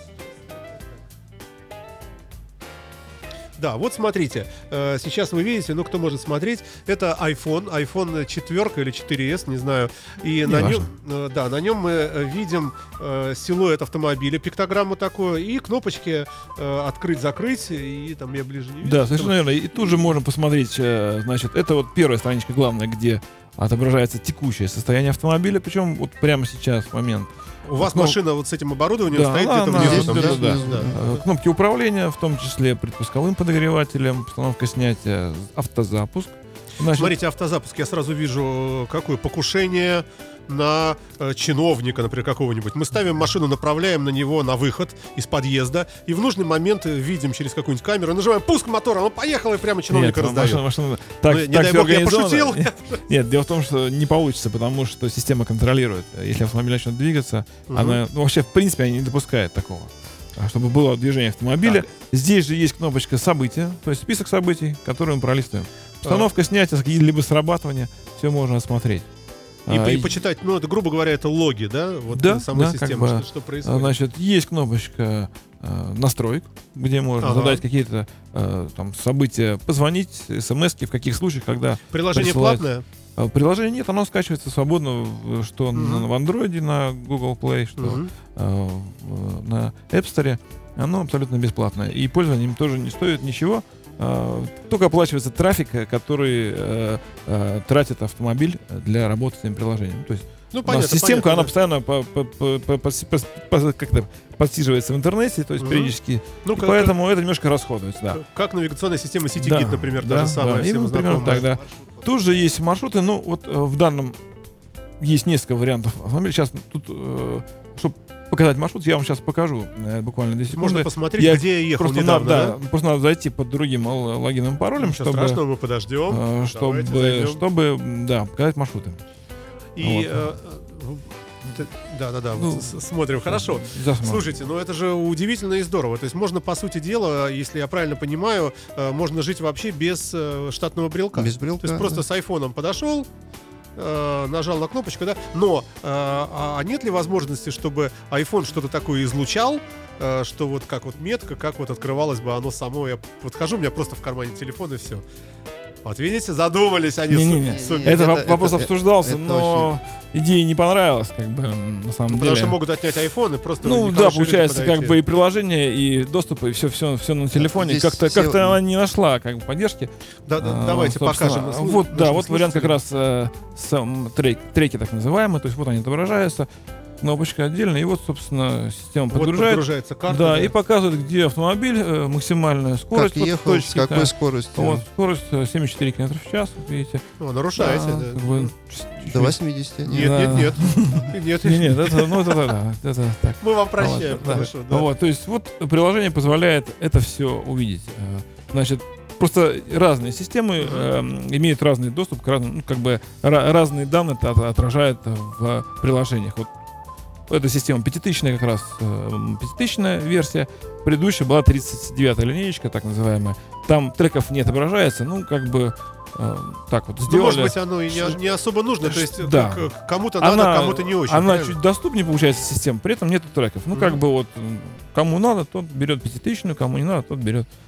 Да, вот смотрите, э, сейчас вы видите, ну кто может смотреть, это iPhone, iPhone четыре или четыре эс, не знаю, и на Неважно. нем, э, да, на нем мы э, видим э, силуэт автомобиля, пиктограмму такую, и кнопочки э, открыть-закрыть, и там я ближе не вижу. Да, совершенно верно. И тут же можно посмотреть, э, значит, это вот первая страничка главная, где отображается текущее состояние автомобиля, причем вот прямо сейчас, в момент. У вас Ну, машина вот с этим оборудованием да, стоит она- где-то она внизу. здесь, там, да, да? да, Да. Э, Кнопки управления, в том числе предпусковым подогревателем, установка снятия, автозапуск. Значит, Смотрите, автозапуск, я сразу вижу, э, какое покушение на э, чиновника, например, какого-нибудь. Мы ставим машину, направляем на него на выход из подъезда, и в нужный момент э, видим через какую-нибудь камеру, нажимаем пуск мотора, он поехал, и прямо чиновника нет, раздает. машина- машина- так, Ну, не так дай всё бог, я организовано. пошутил. Нет, дело в том, что не получится, потому что система контролирует. Если автомобиль начнет двигаться, Мгм. она, ну, вообще, в принципе, она не допускает такого. А чтобы было движение автомобиля. Так. Здесь же есть кнопочка «События», то есть список событий, которые мы пролистываем. Установка, снятие, либо срабатывание, все можно осмотреть. И, А, и почитать, ну, это, грубо говоря, это логи, да? Вот Да, самой да, как системы, бы, что, что а, происходит. Значит, есть кнопочка э, настроек, где можно Ага. задать какие-то э, там события, позвонить, смс-ки, в каких случаях, когда Приложение присылает- платное? А, приложения нет, оно скачивается свободно, в- что Мгм. на- в Android, на Google Play, что Мгм. э, в- на App Store. Оно абсолютно бесплатное. И пользование им тоже не стоит ничего. а, Только оплачивается трафик, э, который э, э, тратит автомобиль для работы с этим приложением. То есть Ну, у нас понятно, системка, понятно, она да. постоянно по- по- по- по- пос- пос- пос- как-то подсиживается в интернете, то есть Мгм. периодически. Ну, И как, поэтому это немножко расходуется, да. как, как навигационная система Да, CityGit, например, да, та же самая, да. И, всем ну, примерно знакомая. так, да. Тут же есть маршруты, ну вот э, в данном есть несколько вариантов автомобиля. Сейчас тут, э, чтобы показать маршрут, я вам сейчас покажу э, буквально две секунды. Можно посмотреть, Я где я ехал Просто недавно, надо, да? да, просто надо зайти под другим л- логином и паролем, Ничего чтобы, страшного, мы подождем. э, чтобы, Давайте зайдем. чтобы, м, да, показать маршруты. И вот. э, э, т- да, да, да, Ну, вот с- смотрим. Хорошо. Засмотрим. Слушайте, ну это же удивительно и здорово. То есть можно, по сути дела, если я правильно понимаю, э, можно жить вообще без э, штатного брелка. Без брелка, То есть просто да. с айфоном подошел, э, нажал на кнопочку, да. Но э, а а нет ли возможности, чтобы iPhone что-то такое излучал, э, что вот как вот метка, как вот открывалось бы оно само. Я подхожу, у меня просто в кармане телефон и все. Вот видите, задумались они. Не-не-не. с- с- Это, Это- воп- вопрос это- обсуждался, это но идея не понравилась, как бы, на самом Потому деле. что могут отнять iPhone и просто... Ну нехорошие да, люди получается, подойти. как бы и приложение, и доступ, и все, все, все на телефоне. здесь Как-то, все- как-то она не нашла как бы поддержки. Да, да, А, давайте собственно, покажем. слу- Вот, да, нашим вот вариант как слушателям. раз э, сам трек, треки так называемые, то есть вот они отображаются, кнопочка отдельно, и вот, собственно, система Вот подгружает. подгружается карта. Да, и показывает, где автомобиль, э, максимальная скорость. Как вот ехал, точки, с какой да. скоростью. Вот, скорость э, семьдесят четыре километра в час, вот видите. О, нарушаете, Да, да. как бы чуть-чуть. До восьмидесяти. Нет, Да. нет, нет. Нет, Не, нет, это, ну, это, да, это так. мы вам прощаем. Вот, да. Хорошо, да. Вот, то есть вот приложение позволяет это все увидеть. Э, Значит, просто разные системы э, имеют разный доступ к разным, ну, как бы ра- разные данные это от- отражает в приложениях. Вот эта система пятитысячная как раз, э, пятитысячная версия. Предыдущая была тридцать девятая линеечка, так называемая. Там треков не отображается, ну, как бы э, так вот Ну, сделали. может быть, оно и не, не особо нужно. То есть Да. к- к- кому-то надо, кому-то не очень. Она правильно? чуть доступнее получается система, при этом нету треков. Ну, Мгм. как бы вот м, кому надо, тот берет пятитысячную, кому не надо, тот берет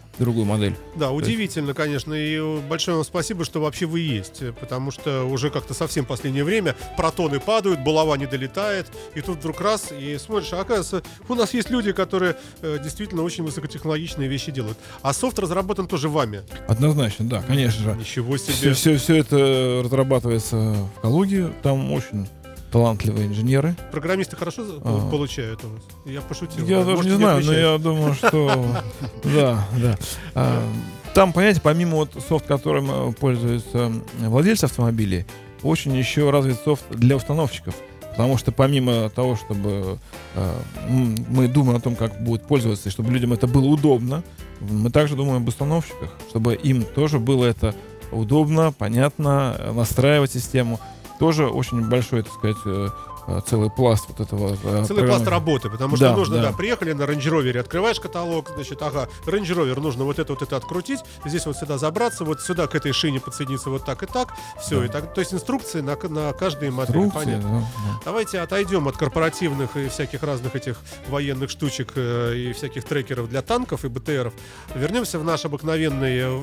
другую модель. Да, удивительно, конечно, и большое вам спасибо, что вообще вы есть, потому что уже как-то совсем в последнее время протоны падают, булава не долетает, и тут вдруг раз, и смотришь, а оказывается, у нас есть люди, которые э, действительно очень высокотехнологичные вещи делают. А софт разработан тоже вами. Однозначно, да, конечно же. Ничего себе. Все, все, все это разрабатывается в Калуге, там очень талантливые инженеры. Программисты хорошо А. получают у вас? Я пошутил. Я даже Можете не знаю, но отвечать. я думаю, что да, да. А, Там, понимаете, помимо вот софт, которым пользуются владельцы автомобилей, очень еще развит софт для установщиков. Потому что помимо того, чтобы э, мы думаем о том, как будут пользоваться, и чтобы людям это было удобно, мы также думаем об установщиках, чтобы им тоже было это удобно, понятно, настраивать систему. Тоже очень большой, так сказать, э, целый пласт вот этого. э, Целый пласт программы. работы, потому что Да, нужно, да. да. приехали на Range Rover, открываешь каталог, значит, ага, Range Rover, нужно вот это, вот это открутить, здесь вот сюда забраться, вот сюда к этой шине подсоединиться вот так и так, все, Да. и так, то есть инструкции на, на каждой модели, Инструкции, понятно. да, да. Давайте отойдем от корпоративных и всяких разных этих военных штучек э, и всяких трекеров для танков и БТРов. Вернемся в наш обыкновенный э,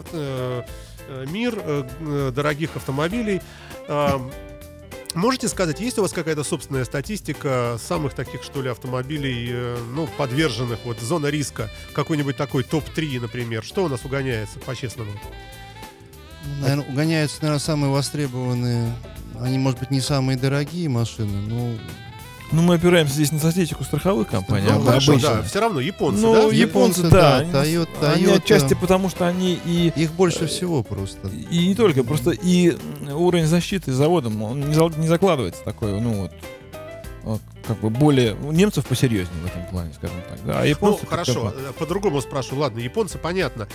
э, мир э, э, дорогих автомобилей. Э, Можете сказать, есть у вас какая-то собственная статистика самых таких, что ли, автомобилей, э, ну, подверженных, вот, зона риска, какой-нибудь такой топ три, например? Что у нас угоняется, по-честному? Наверное, угоняются, наверное, самые востребованные. Они, может быть, не самые дорогие машины, но Ну, мы опираемся здесь на статистику страховых компаний. Ну, а хорошо, обычно. да, все равно японцы, Ну, да? японцы, Японцы, да. да, Они, Toyota, они Toyota. отчасти потому, что они и их больше всего просто. И не только, просто и уровень защиты заводом, он не, за- не закладывается такой, ну вот, вот, как бы более, у немцев посерьезнее в этом плане, скажем так, да, а Ну, японцы... хорошо, как-то- э, по-другому спрашиваю. Ладно, японцы, понятно.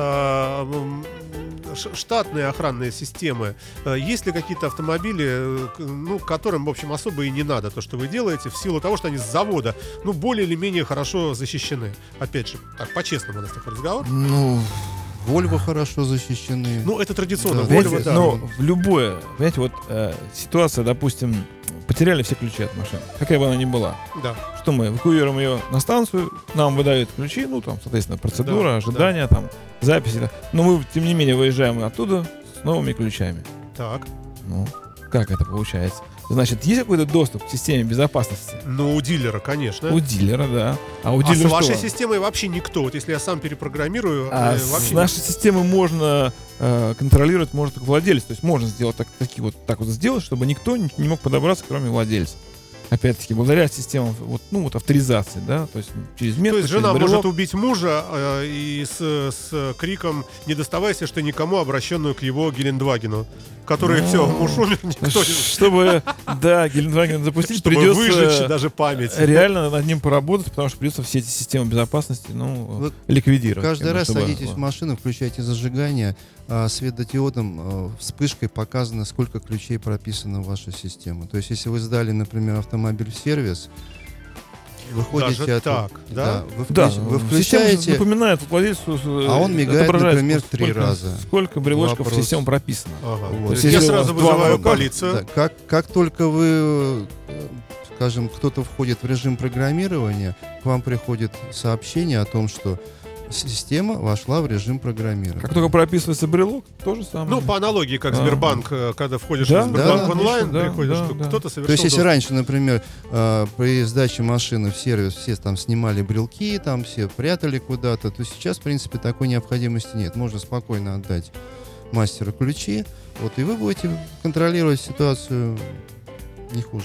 А, м, ш- Штатные охранные системы. Э, Есть ли какие-то автомобили, э, к- ну, которым, в общем, особо и не надо то, что вы делаете, в силу того, что они с завода, ну, более или менее хорошо защищены? Опять же, так, по-честному у нас такой разговор. Ну, Volvo хорошо защищены. Ну, это традиционно. Да, Volvo, Понимаете, да. но в любое, понимаете, вот э, ситуация, допустим, потеряли все ключи от машины, какая бы она ни была. Да. Что мы эвакуируем ее на станцию, нам выдают ключи, ну там, соответственно, процедура, Да, ожидания, там, записи. да. Но мы, тем не менее, выезжаем оттуда с новыми ключами. Так. Ну, как это получается? Значит, есть какой-то доступ к системе безопасности? Ну, у дилера, конечно. У дилера, да. А у А дилера с вашей что? системой вообще никто. Вот если я сам перепрограммирую, А э, с вообще нашей системой можно э, контролировать, может только владелец. То есть можно сделать так, такие вот, так вот сделать, чтобы никто не, не мог подобраться, кроме владельца. Опять-таки, благодаря системам вот, ну, вот, авторизации, да, то есть через метку, То есть через жена брелок. может убить мужа э, и с, с криком «Не доставайся, что никому», обращенную к его Гелендвагену, который, Ну, все, муж умер, никто не... Чтобы, да, Гелендваген запустить, Чтобы выжечь придется даже память. реально над ним поработать, потому что придется все эти системы безопасности, ну, Вы ликвидировать. Каждый как бы, раз чтобы- садитесь в машину, включаете зажигание, а светодиодом, а, вспышкой показано, сколько ключей прописано в вашу систему. То есть, если вы сдали, например, автомобиль в сервис, выходите Даже от... так, да? вы, Да, включ- вы система включаете, напоминает владельцу, а он мигает, например, три раза. Сколько брелочков в Вопрос. систему прописано. Ага. Вот. То есть Если я у сразу вас два вызываю на руках, полицию. да, как, как только вы, э, скажем, кто-то входит в режим программирования, к вам приходит сообщение о том, что система вошла в режим программирования. Как только прописывается брелок, то же самое. Ну, по аналогии, как А. Сбербанк, э, когда входишь Да, в Сбербанк да, онлайн, конечно, да, приходишь, да, что да. кто-то совершил То есть, если доступ. раньше, например, э, при сдаче машины в сервис все там снимали брелки, там все прятали куда-то, то сейчас, в принципе, такой необходимости нет. Можно спокойно отдать мастеру ключи, вот, и вы будете контролировать ситуацию не хуже.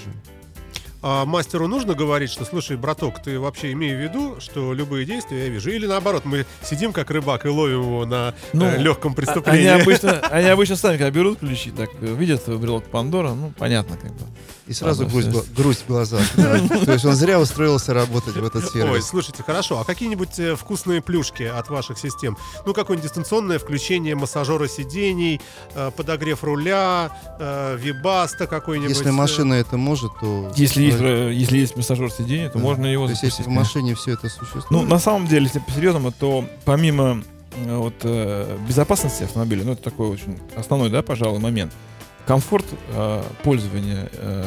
А мастеру нужно говорить, что, слушай, браток, ты вообще имей в виду, что любые действия я вижу. Или наоборот, мы сидим как рыбак и ловим его на Ну, э, легком А- преступлении. Они обычно, они обычно сами, когда берут ключи, так э, видят брелок Пандора, ну, понятно, как бы. И сразу Ладно, грусть, всё. в гла- грусть в глазах. да. То есть он зря устроился работать в этот Ой, сервис. слушайте, хорошо. А какие-нибудь э, вкусные плюшки от ваших систем? Ну, какое-нибудь дистанционное включение массажера сидений, э, подогрев руля, э, вибаста какой-нибудь. Если э, машина это может, то... Если есть, то э, если есть массажер сиденья, то Да. можно его есть, если запустить, в конечно. машине все это существует... Ну, на самом деле, если по-серьезному, то помимо э, вот, э, безопасности автомобиля, ну, это такой очень основной, да, пожалуй, момент, комфорт э, пользования э,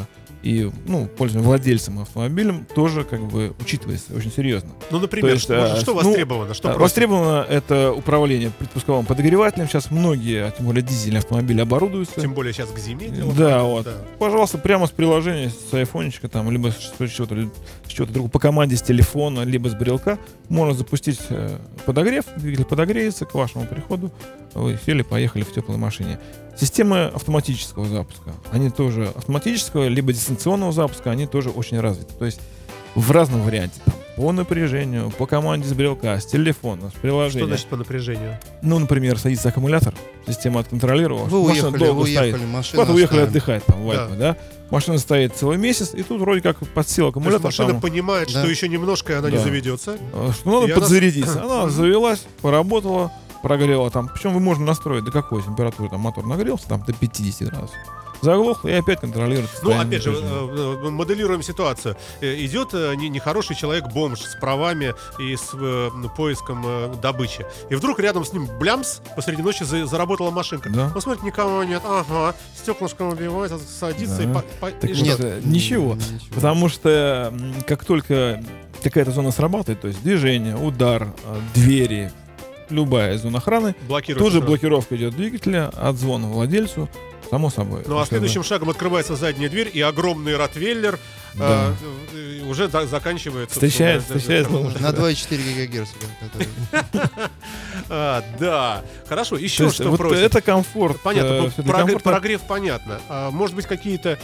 и, ну, пользователям, владельцам автомобилем тоже как бы учитывается очень серьезно. Ну, например, То есть, что, а, что ну, востребовано? Что просят? Востребовано это управление предпусковым подогревателем. Сейчас многие, а тем более дизельные автомобили, оборудуются. Тем более сейчас к зиме дело Да, пойдет, вот. да. Пожалуйста, прямо с приложения, с айфончика, там, либо с чего-то, с чего-то другого, по команде с телефона, либо с брелка, можно запустить э, подогрев, двигатель подогреется к вашему приходу, вы сели, поехали в теплой машине. Системы автоматического запуска, они тоже автоматического, либо дистанционного запуска, они тоже очень развиты. То есть в разном варианте, там, по напряжению, по команде с брелка, с телефона, с приложения. Что значит по напряжению? Ну, например, садится аккумулятор, система отконтролировала. Вы машина уехали, долго вы уехали, стоит. машина Вот уехали оставим. отдыхать там, в Да. Альпы, да. Машина стоит целый месяц, и тут вроде как подсел То есть аккумулятор. машина там, понимает, Да. что еще немножко, и она не Да. заведется. э, что надо И она- подзарядиться. Она завелась, поработала, прогрела там. Причем вы можно настроить до какой температуры там мотор нагрелся, там до пятидесяти градусов. Заглохло и опять контролирует Ну, состояние опять же, напряжения. э, э, моделируем ситуацию. Э, Идет э, не- нехороший человек-бомж с правами и с э, поиском э, добычи. И вдруг рядом с ним блямс, посреди ночи за- заработала машинка. Да. Он смотрит, никого нет. Ага, стеклышко убивает, садится Да. и... по- по- Так и вот, что? э, ничего. Потому что м, как только какая-то зона срабатывает, то есть движение, удар, э, двери, любая зона охраны, Блокируется тут же сразу. блокировка идет двигателя от звона владельцу, само собой. Ну, а Потому что следующим шагом открывается задняя дверь, и огромный ротвейлер Да. э, э, уже за- заканчивается. Встречает- собственно, встречает да, новый- На два и четыре гигагерца. который- А, да. Хорошо, То еще есть что вот просят? это комфорт. Понятно, э, ну, всё-таки прогре- комфорт. прогрев понятно. А, может быть, какие-то,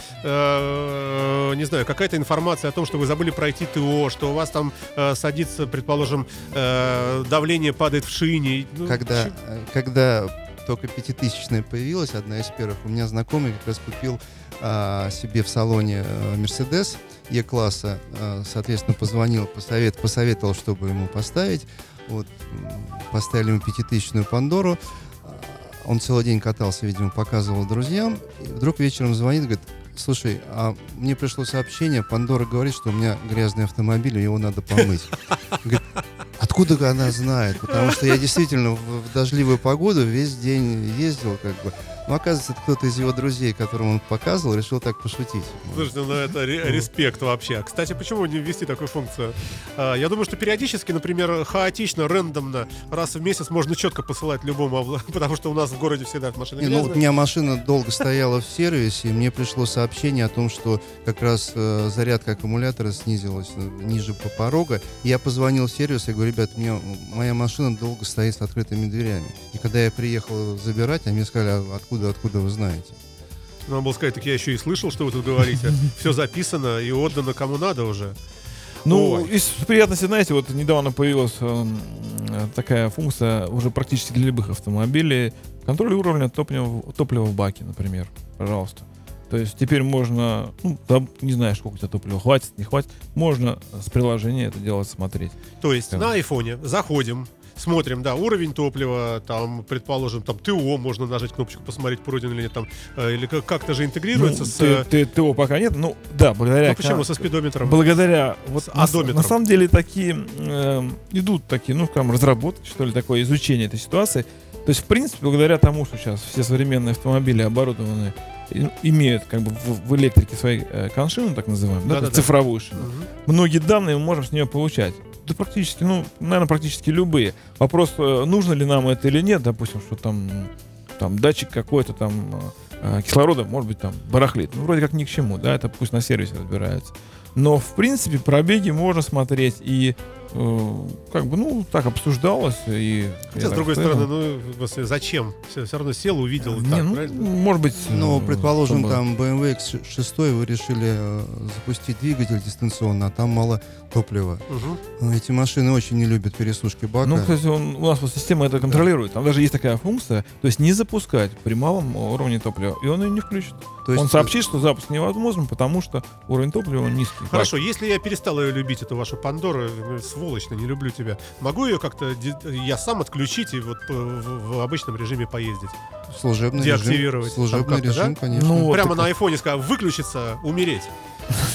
э, не знаю, какая-то информация о том, что вы забыли пройти ТО, что у вас там э, садится, предположим, э, давление падает в шине. Ну, Когда, чё- э, когда только пятитысячная появилась, одна из первых, у меня знакомый как раз купил а, себе в салоне э, Мерседес Е-класса, а, соответственно, позвонил, посовет, посоветовал, чтобы ему поставить. Вот, м, поставили ему пятитысячную Пандору. А, Он целый день катался, видимо, показывал друзьям. И вдруг вечером звонит, говорит: слушай, а мне пришло сообщение, Пандора говорит, что у меня грязный автомобиль, и его надо помыть. Говорит, откуда она знает? Потому что я действительно в, в дождливую погоду весь день ездил, как бы. Но оказывается, это кто-то из его друзей, которому он показывал, решил так пошутить. Слушайте, ну это ре- респект вообще. Кстати, почему не ввести такую функцию? А, Я думаю, что периодически, например, хаотично, рандомно, раз в месяц можно четко посылать любому, авла- потому что у нас в городе всегда машины Не, ну, вот у грязные. меня машина долго стояла в сервисе, и мне пришло сообщение о том, что как раз э, зарядка аккумулятора снизилась э, ниже по порога. Я позвонил в сервис и говорю: ребят, у меня, моя машина долго стоит с открытыми дверями. И когда я приехал забирать, они мне сказали: а откуда, откуда вы знаете? Надо было сказать, так я еще и слышал, что вы тут говорите. Все записано и отдано кому надо уже. Ну, Ой. из приятностей, знаете, вот недавно появилась эм, э, такая функция уже практически для любых автомобилей. Контроль уровня топлива, топлива в баке, например. Пожалуйста. То есть теперь можно, ну, там, не знаю, сколько у тебя топлива, хватит, не хватит, можно с приложения это дело смотреть. То есть Да. на айфоне заходим, смотрим, да, уровень топлива, там, предположим, там ТО, можно нажать кнопочку, посмотреть, пройден или нет, там, э, или как- как-то же интегрируется Ну, с... ты- э, ты- ТО пока нет, ну да, благодаря... Ну почему, ка- со спидометром? Благодаря вот С на, с- одометром. на самом деле такие э, идут такие, ну там разработки, что ли, такое изучение этой ситуации. То есть, в принципе, благодаря тому, что сейчас все современные автомобили оборудованы, и- имеют как бы в, в электрике свои э, коншины, так называемые, да, Да-да-да. цифровую шину. Мгм. Многие данные мы можем с нее получать. Да практически, ну, наверное, практически любые. Вопрос, э, нужно ли нам это или нет, допустим, что там, там датчик какой-то там э, кислорода, может быть, там барахлит. Ну, вроде как ни к чему, да, это пусть на сервисе разбирается. Но, в принципе, пробеги можно смотреть, и э, как бы, ну, так обсуждалось. И Хотя, я с так другой сказал. стороны, ну, господи, зачем? Все, все равно сел, увидел. Не, так, ну, правильно? может быть... Ну, э, предположим, чтобы- там бэ эм вэ икс шесть вы решили э, запустить двигатель дистанционно, а там мало топлива. Мгм. Ну, эти машины очень не любят пересушки бака. Ну, кстати, он, у нас вот система это контролирует. Там даже есть такая функция, то есть не запускать при малом уровне топлива. И он ее не включит. То есть, Он сообщит, что запуск невозможен, потому что уровень топлива низкий. Хорошо, если я перестал ее любить, эту вашу Пандору, э, сволочно, не люблю тебя, могу ее как-то ди- я сам отключить и вот по- в, в обычном режиме поездить? служебный деактивировать режим, служебный там как-то, режим, да? конечно. Ну, вот Прямо так на вот. айфоне сказал, выключиться, умереть.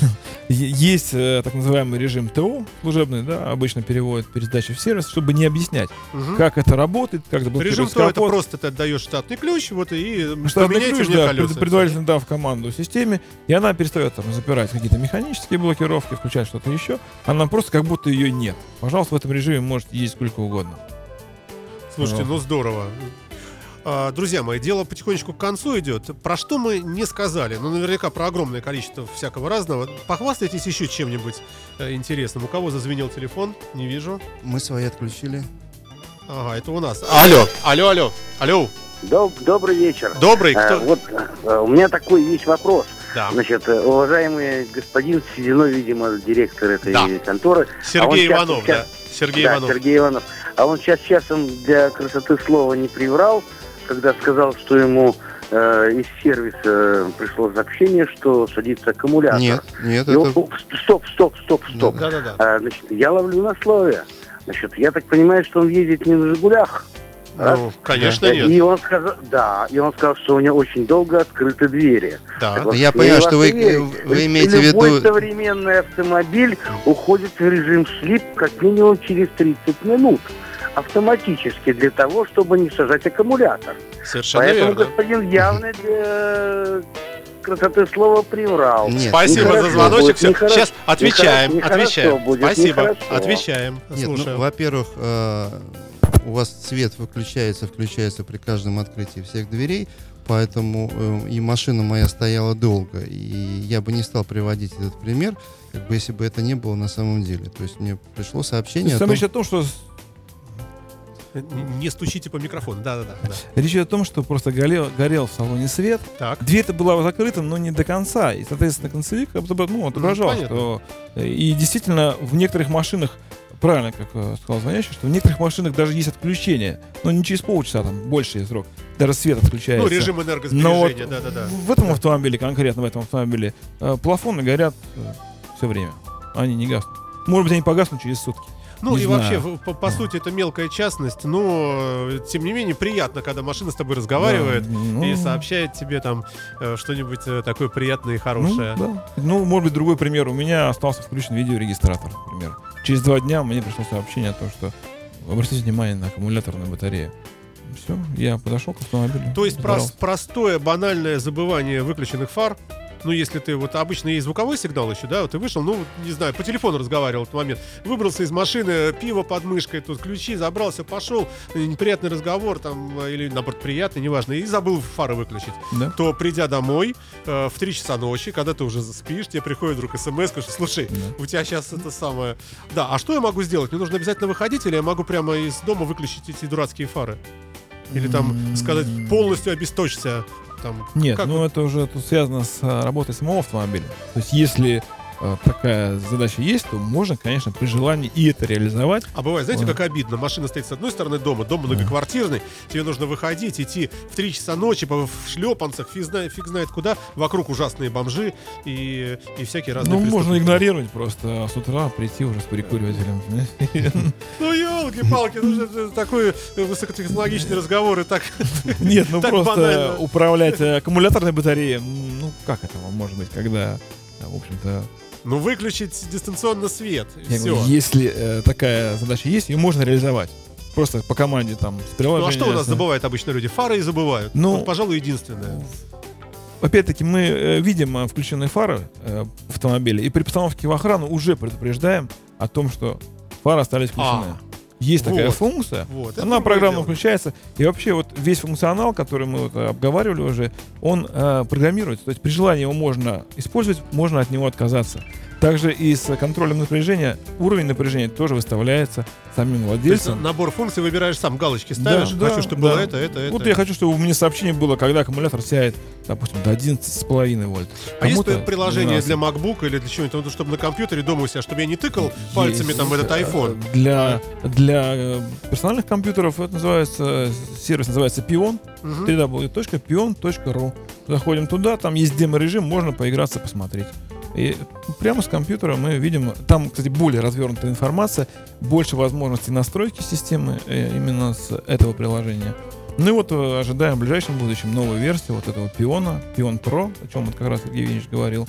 Есть э, так называемый режим ТО служебный, да, обычно переводят передачу в сервис, чтобы не объяснять, Мгм. как это работает, как заблокируется Режим ТО — это капот. просто ты отдаешь штатный ключ, вот и Штатный поменяйте ключ, мне да, колеса. пред- предварительно дав команду системе, и она перестает там запирать какие-то механические блокировки, включать что-то еще. Она просто как будто ее нет. Пожалуйста, в этом режиме можете ездить сколько угодно. Слушайте, Вот. ну здорово. А, друзья мои, дело потихонечку к концу идет. Про что мы не сказали? Ну, наверняка про огромное количество всякого разного. Похвастайтесь еще чем-нибудь э, интересным. У кого зазвенел телефон? Не вижу. Мы свои отключили. Ага, это у нас. Алло, алло, алло, алло. Доб- Добрый вечер. Добрый, А, кто? вот а, у меня такой есть вопрос. Да. Значит, э, уважаемый господин Сединой, видимо, директор этой Да. конторы. Сергей а он сейчас- Иванов, сейчас- да. Сергей да, Иванов. Сергей Иванов. А он сейчас часом для красоты слова не приврал, когда сказал, что ему э, из сервиса пришло сообщение, что садится аккумулятор. Нет, нет, И он- это... Стоп, стоп, стоп, стоп. Да-да-да. А, значит, я ловлю на слове. Значит, я так понимаю, что он ездит не на «Жигулях». Ну, конечно, Э, нет. И он сказал, да, и он сказал, что у него очень долго открыты двери. Да. Вот Я понимаю, вас что вы- не верю. вы имеете в Любой виду- современный автомобиль уходит в режим слип как минимум через тридцать минут. Автоматически, для того, чтобы не сажать аккумулятор. Совершенно Поэтому верно. господин явно для красоты слова приврал. Нет. Спасибо Нехорошо за звоночек. будет, Всё, нехорошо- Сейчас отвечаем, нехорошо отвечаем. будет, Спасибо. нехорошо. Отвечаем. Нет, ну, Слушаю. во-первых, э, у вас свет выключается, включается при каждом открытии всех дверей, поэтому э, и машина моя стояла долго, и я бы не стал приводить этот пример, как бы если бы это не было на самом деле. То есть мне пришло То сообщение есть о там том, речь о том, что Не стучите по микрофону. Да-да-да. да. речь идет о том, что просто горел, горел в салоне свет. Так. Дверь-то была закрыта, но не до конца. И, соответственно, концевик отобра- ну, отображал, понятно. что... И действительно, в некоторых машинах, правильно, как э, сказал звонящий, что в некоторых машинах даже есть отключение. Но не через полчаса, там, больший срок. Даже свет отключается. Ну, режим Но вот энергосбережения, да-да-да. в этом автомобиле, конкретно в этом автомобиле, э, плафоны горят все время. Они не гаснут. Может быть, они погаснут через сутки. Ну Не и знаю. вообще, в- по, по сути, это мелкая частность, но э, тем не менее приятно, когда машина с тобой разговаривает Да, ну, и сообщает тебе там э, что-нибудь э, такое приятное и хорошее. Ну, да. Ну, может быть, другой пример. У меня остался включен видеорегистратор, например. Через два дня мне пришло сообщение о том, что обратите внимание на аккумуляторную батарею. Все, я подошел к автомобилю. То есть забрал. прос- простое, банальное забывание выключенных фар. Ну, если ты, вот обычно есть звуковой сигнал еще, да, вот ты вышел, ну, не знаю, по телефону разговаривал в этот момент, выбрался из машины, пиво под мышкой, тут ключи, забрался, пошел, э, неприятный разговор там, э, или, наоборот, приятный, неважно, и забыл фары выключить. Да? То, придя домой э, в три часа ночи, когда ты уже спишь, тебе приходит вдруг смс, что, слушай, Да. у тебя сейчас это самое... Да, а что я могу сделать? Мне нужно обязательно выходить, или я могу прямо из дома выключить эти дурацкие фары? Или там М. сказать, полностью обесточься? Там, Нет, как ну вот? это уже тут связано с а, работой самого автомобиля. То есть, если а, такая задача есть, то можно, конечно, при желании и это реализовать. А бывает, знаете, Ой. как обидно. Машина стоит с одной стороны дома, дом многоквартирный, тебе нужно выходить, идти в три часа ночи по- в шлепанцах, фиг знает, фиг знает куда, вокруг ужасные бомжи и, и всякие разные Ну, можно преступники. игнорировать просто, а с утра прийти уже с прикуривателем. Ну, елки-палки, ну, это такой высокотехнологичный разговор, и так... Нет, ну Так просто банально. управлять э, аккумуляторной батареей, м, ну как это может быть, когда, э, в общем-то, Ну, выключить дистанционно свет, и я все. говорю, если э, такая задача есть, ее можно реализовать. Просто по команде там с приложения. Ну, а что у нас с- забывают обычно люди? Фары и забывают. Ну, Вот, пожалуй, единственное. Опять-таки мы э, видим э, включенные фары э, в автомобиле и при постановке в охрану уже предупреждаем о том, что фары остались включены. А, Есть такая вот, функция, вот, это она другое программно дело. включается, и вообще вот весь функционал, который мы вот, э, обговаривали уже, он э, программируется. То есть при желании его можно использовать, можно от него отказаться. Также и с контролем напряжения, уровень напряжения тоже выставляется самим То есть владельцем. набор функций выбираешь сам, галочки ставишь, Да, хочу, да, чтобы да. было это, это, это. Вот я хочу, чтобы у меня сообщение было, когда аккумулятор сядет, допустим, до одиннадцати с половиной вольт. А есть Кому-то приложение двенадцать. для MacBook или для чего-нибудь, ну, чтобы на компьютере дома у себя, чтобы я не тыкал пальцами Есть. там в этот iPhone? Для, для э, персональных компьютеров это называется, сервис называется Pion, Мгм. дабл ю дабл ю дабл ю точка пион точка ру. Заходим туда, там есть демо-режим, можно поиграться, посмотреть. И прямо с компьютера мы видим, там, кстати, более развернутая информация, больше возможностей настройки системы э, именно с этого приложения. Ну и вот э, ожидаем в ближайшем будущем новую версию вот этого Пиона, Pion Pro, о чем вот как раз Евгений говорил.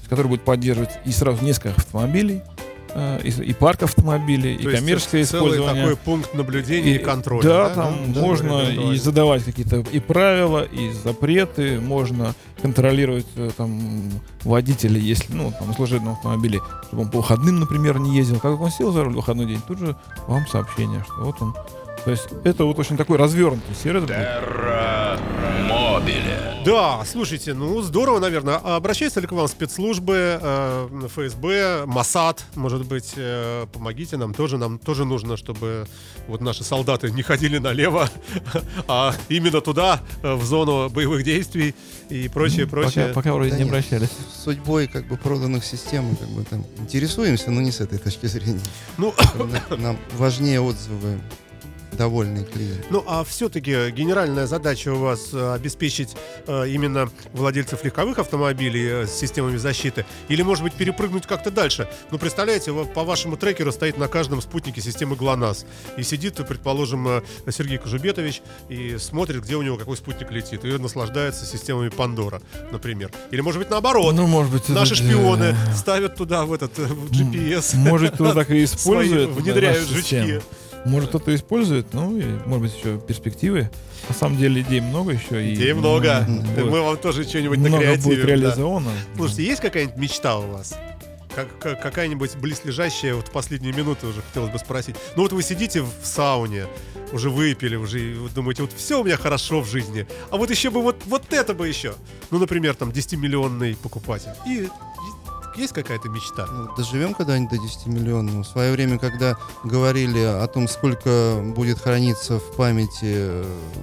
который будет поддерживать и сразу несколько автомобилей, и, и парк автомобилей, То и коммерческое есть целый использование. такой пункт наблюдения и, и контроля. Да, да? там да, можно да, и задавать какие-то и правила, и запреты, можно контролировать там водителя, если, ну, там, служебного автомобиля, чтобы он по выходным, например, не ездил. Как он сел за руль в выходной день, тут же вам сообщение, что вот он. То есть это вот очень такой развернутый сервис будет. Терра Мобиле. Да, слушайте, ну здорово, наверное. А обращаются ли к вам спецслужбы, э, эф эс бэ, Моссад, может быть, э, помогите нам тоже, нам тоже нужно, чтобы вот наши солдаты не ходили налево, а именно туда, э, в зону боевых действий и прочее, прочее. Пока, пока вроде Да не нет, обращались. Судьбой как бы проданных систем мы как бы там интересуемся, но не с этой точки зрения. Ну, Нам, нам важнее отзывы довольные клиенты. Ну, а все-таки генеральная задача у вас э, обеспечить э, именно владельцев легковых автомобилей э, с системами защиты, или, может быть, перепрыгнуть как-то дальше? Ну, представляете, во- по вашему трекеру стоит на каждом спутнике системы ГЛОНАСС, и сидит, предположим, э, Сергей Кожубетович и смотрит, где у него какой спутник летит, и наслаждается системами Пандора, например. Или, может быть, наоборот, Ну, может быть, наши это, шпионы э, ставят туда в этот э, в джи пи эс, Может, кто-то так и свои, использует. внедряют нашу систему. жучки. Может, кто-то использует, ну, и, может быть, еще перспективы. На самом деле, идей много еще. и, Идей много. м, будет- Мы вам тоже что-нибудь много накреативим. будет да. реализовано. Слушайте, есть какая-нибудь мечта у вас? Как, как- какая-нибудь близлежащая, вот в последние минуты уже хотелось бы спросить. Ну вот вы сидите в сауне, уже выпили, уже и вы думаете, вот все у меня хорошо в жизни, а вот еще бы вот, вот это бы еще. Ну, например, там десятимиллионный покупатель. И, и есть какая-то мечта? Ну, доживем когда-нибудь до десяти миллионов. В свое время, когда говорили о том, сколько будет храниться в памяти э,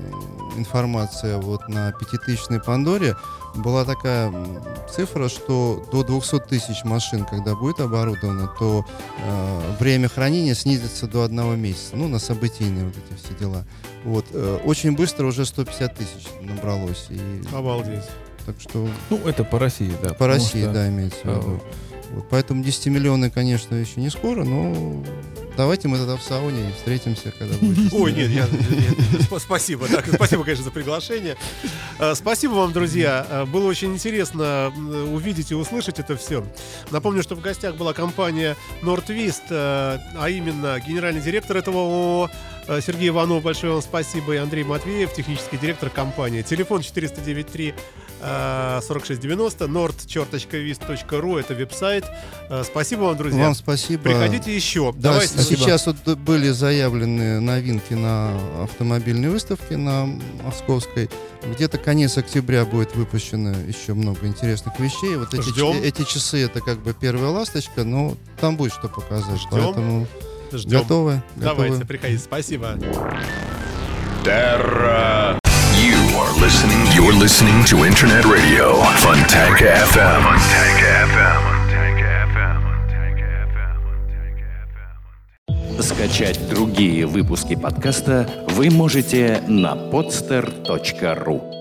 информация вот на пятитысячной Пандоре, была такая м, цифра, что до двухсот тысяч машин, когда будет оборудовано, то э, время хранения снизится до одного месяца. Ну, на событийные вот эти все дела. Вот. э, очень быстро уже сто пятьдесят тысяч набралось. И, Обалдеть. так что Ну, это по России, да. по потому России, что, да, имеется в э, виду. Вот, поэтому десятимиллионные, конечно, еще не скоро, но давайте мы тогда в сауне и встретимся, когда будет. Ой, нет, я, нет, сп- спасибо, так, спасибо, конечно, за приглашение. Э, Спасибо вам, друзья. Э, Было очень интересно м, увидеть и услышать это все. Напомню, что в гостях была компания Nordvist, э, а именно генеральный директор этого ООО э, Сергей Иванов, большое вам спасибо, и Андрей Матвеев, технический директор компании. Телефон четыреста девять три сорок шесть девяносто, nord точка vist точка ru, это веб-сайт. Э, Спасибо вам, друзья. Вам спасибо. Приходите еще. Да, Давайте. с- сейчас вот д- были заявлены новинки на автомобильной выставке на Московской. Где-то конец октября будет выпущено еще много интересных вещей. Вот эти, Ждем. ч- эти часы это как бы первая ласточка, но там будет что показать. Ждем. Поэтому Ждем. готовы. Давайте, готовы. приходите. Спасибо. Terra. You are listening. You're listening to Internet Radio Fontanka эф эм. Fontanka эф эм. Fontanka эф эм. Fontanka эф эм. Скачать другие выпуски подкаста вы можете на podster точка ru.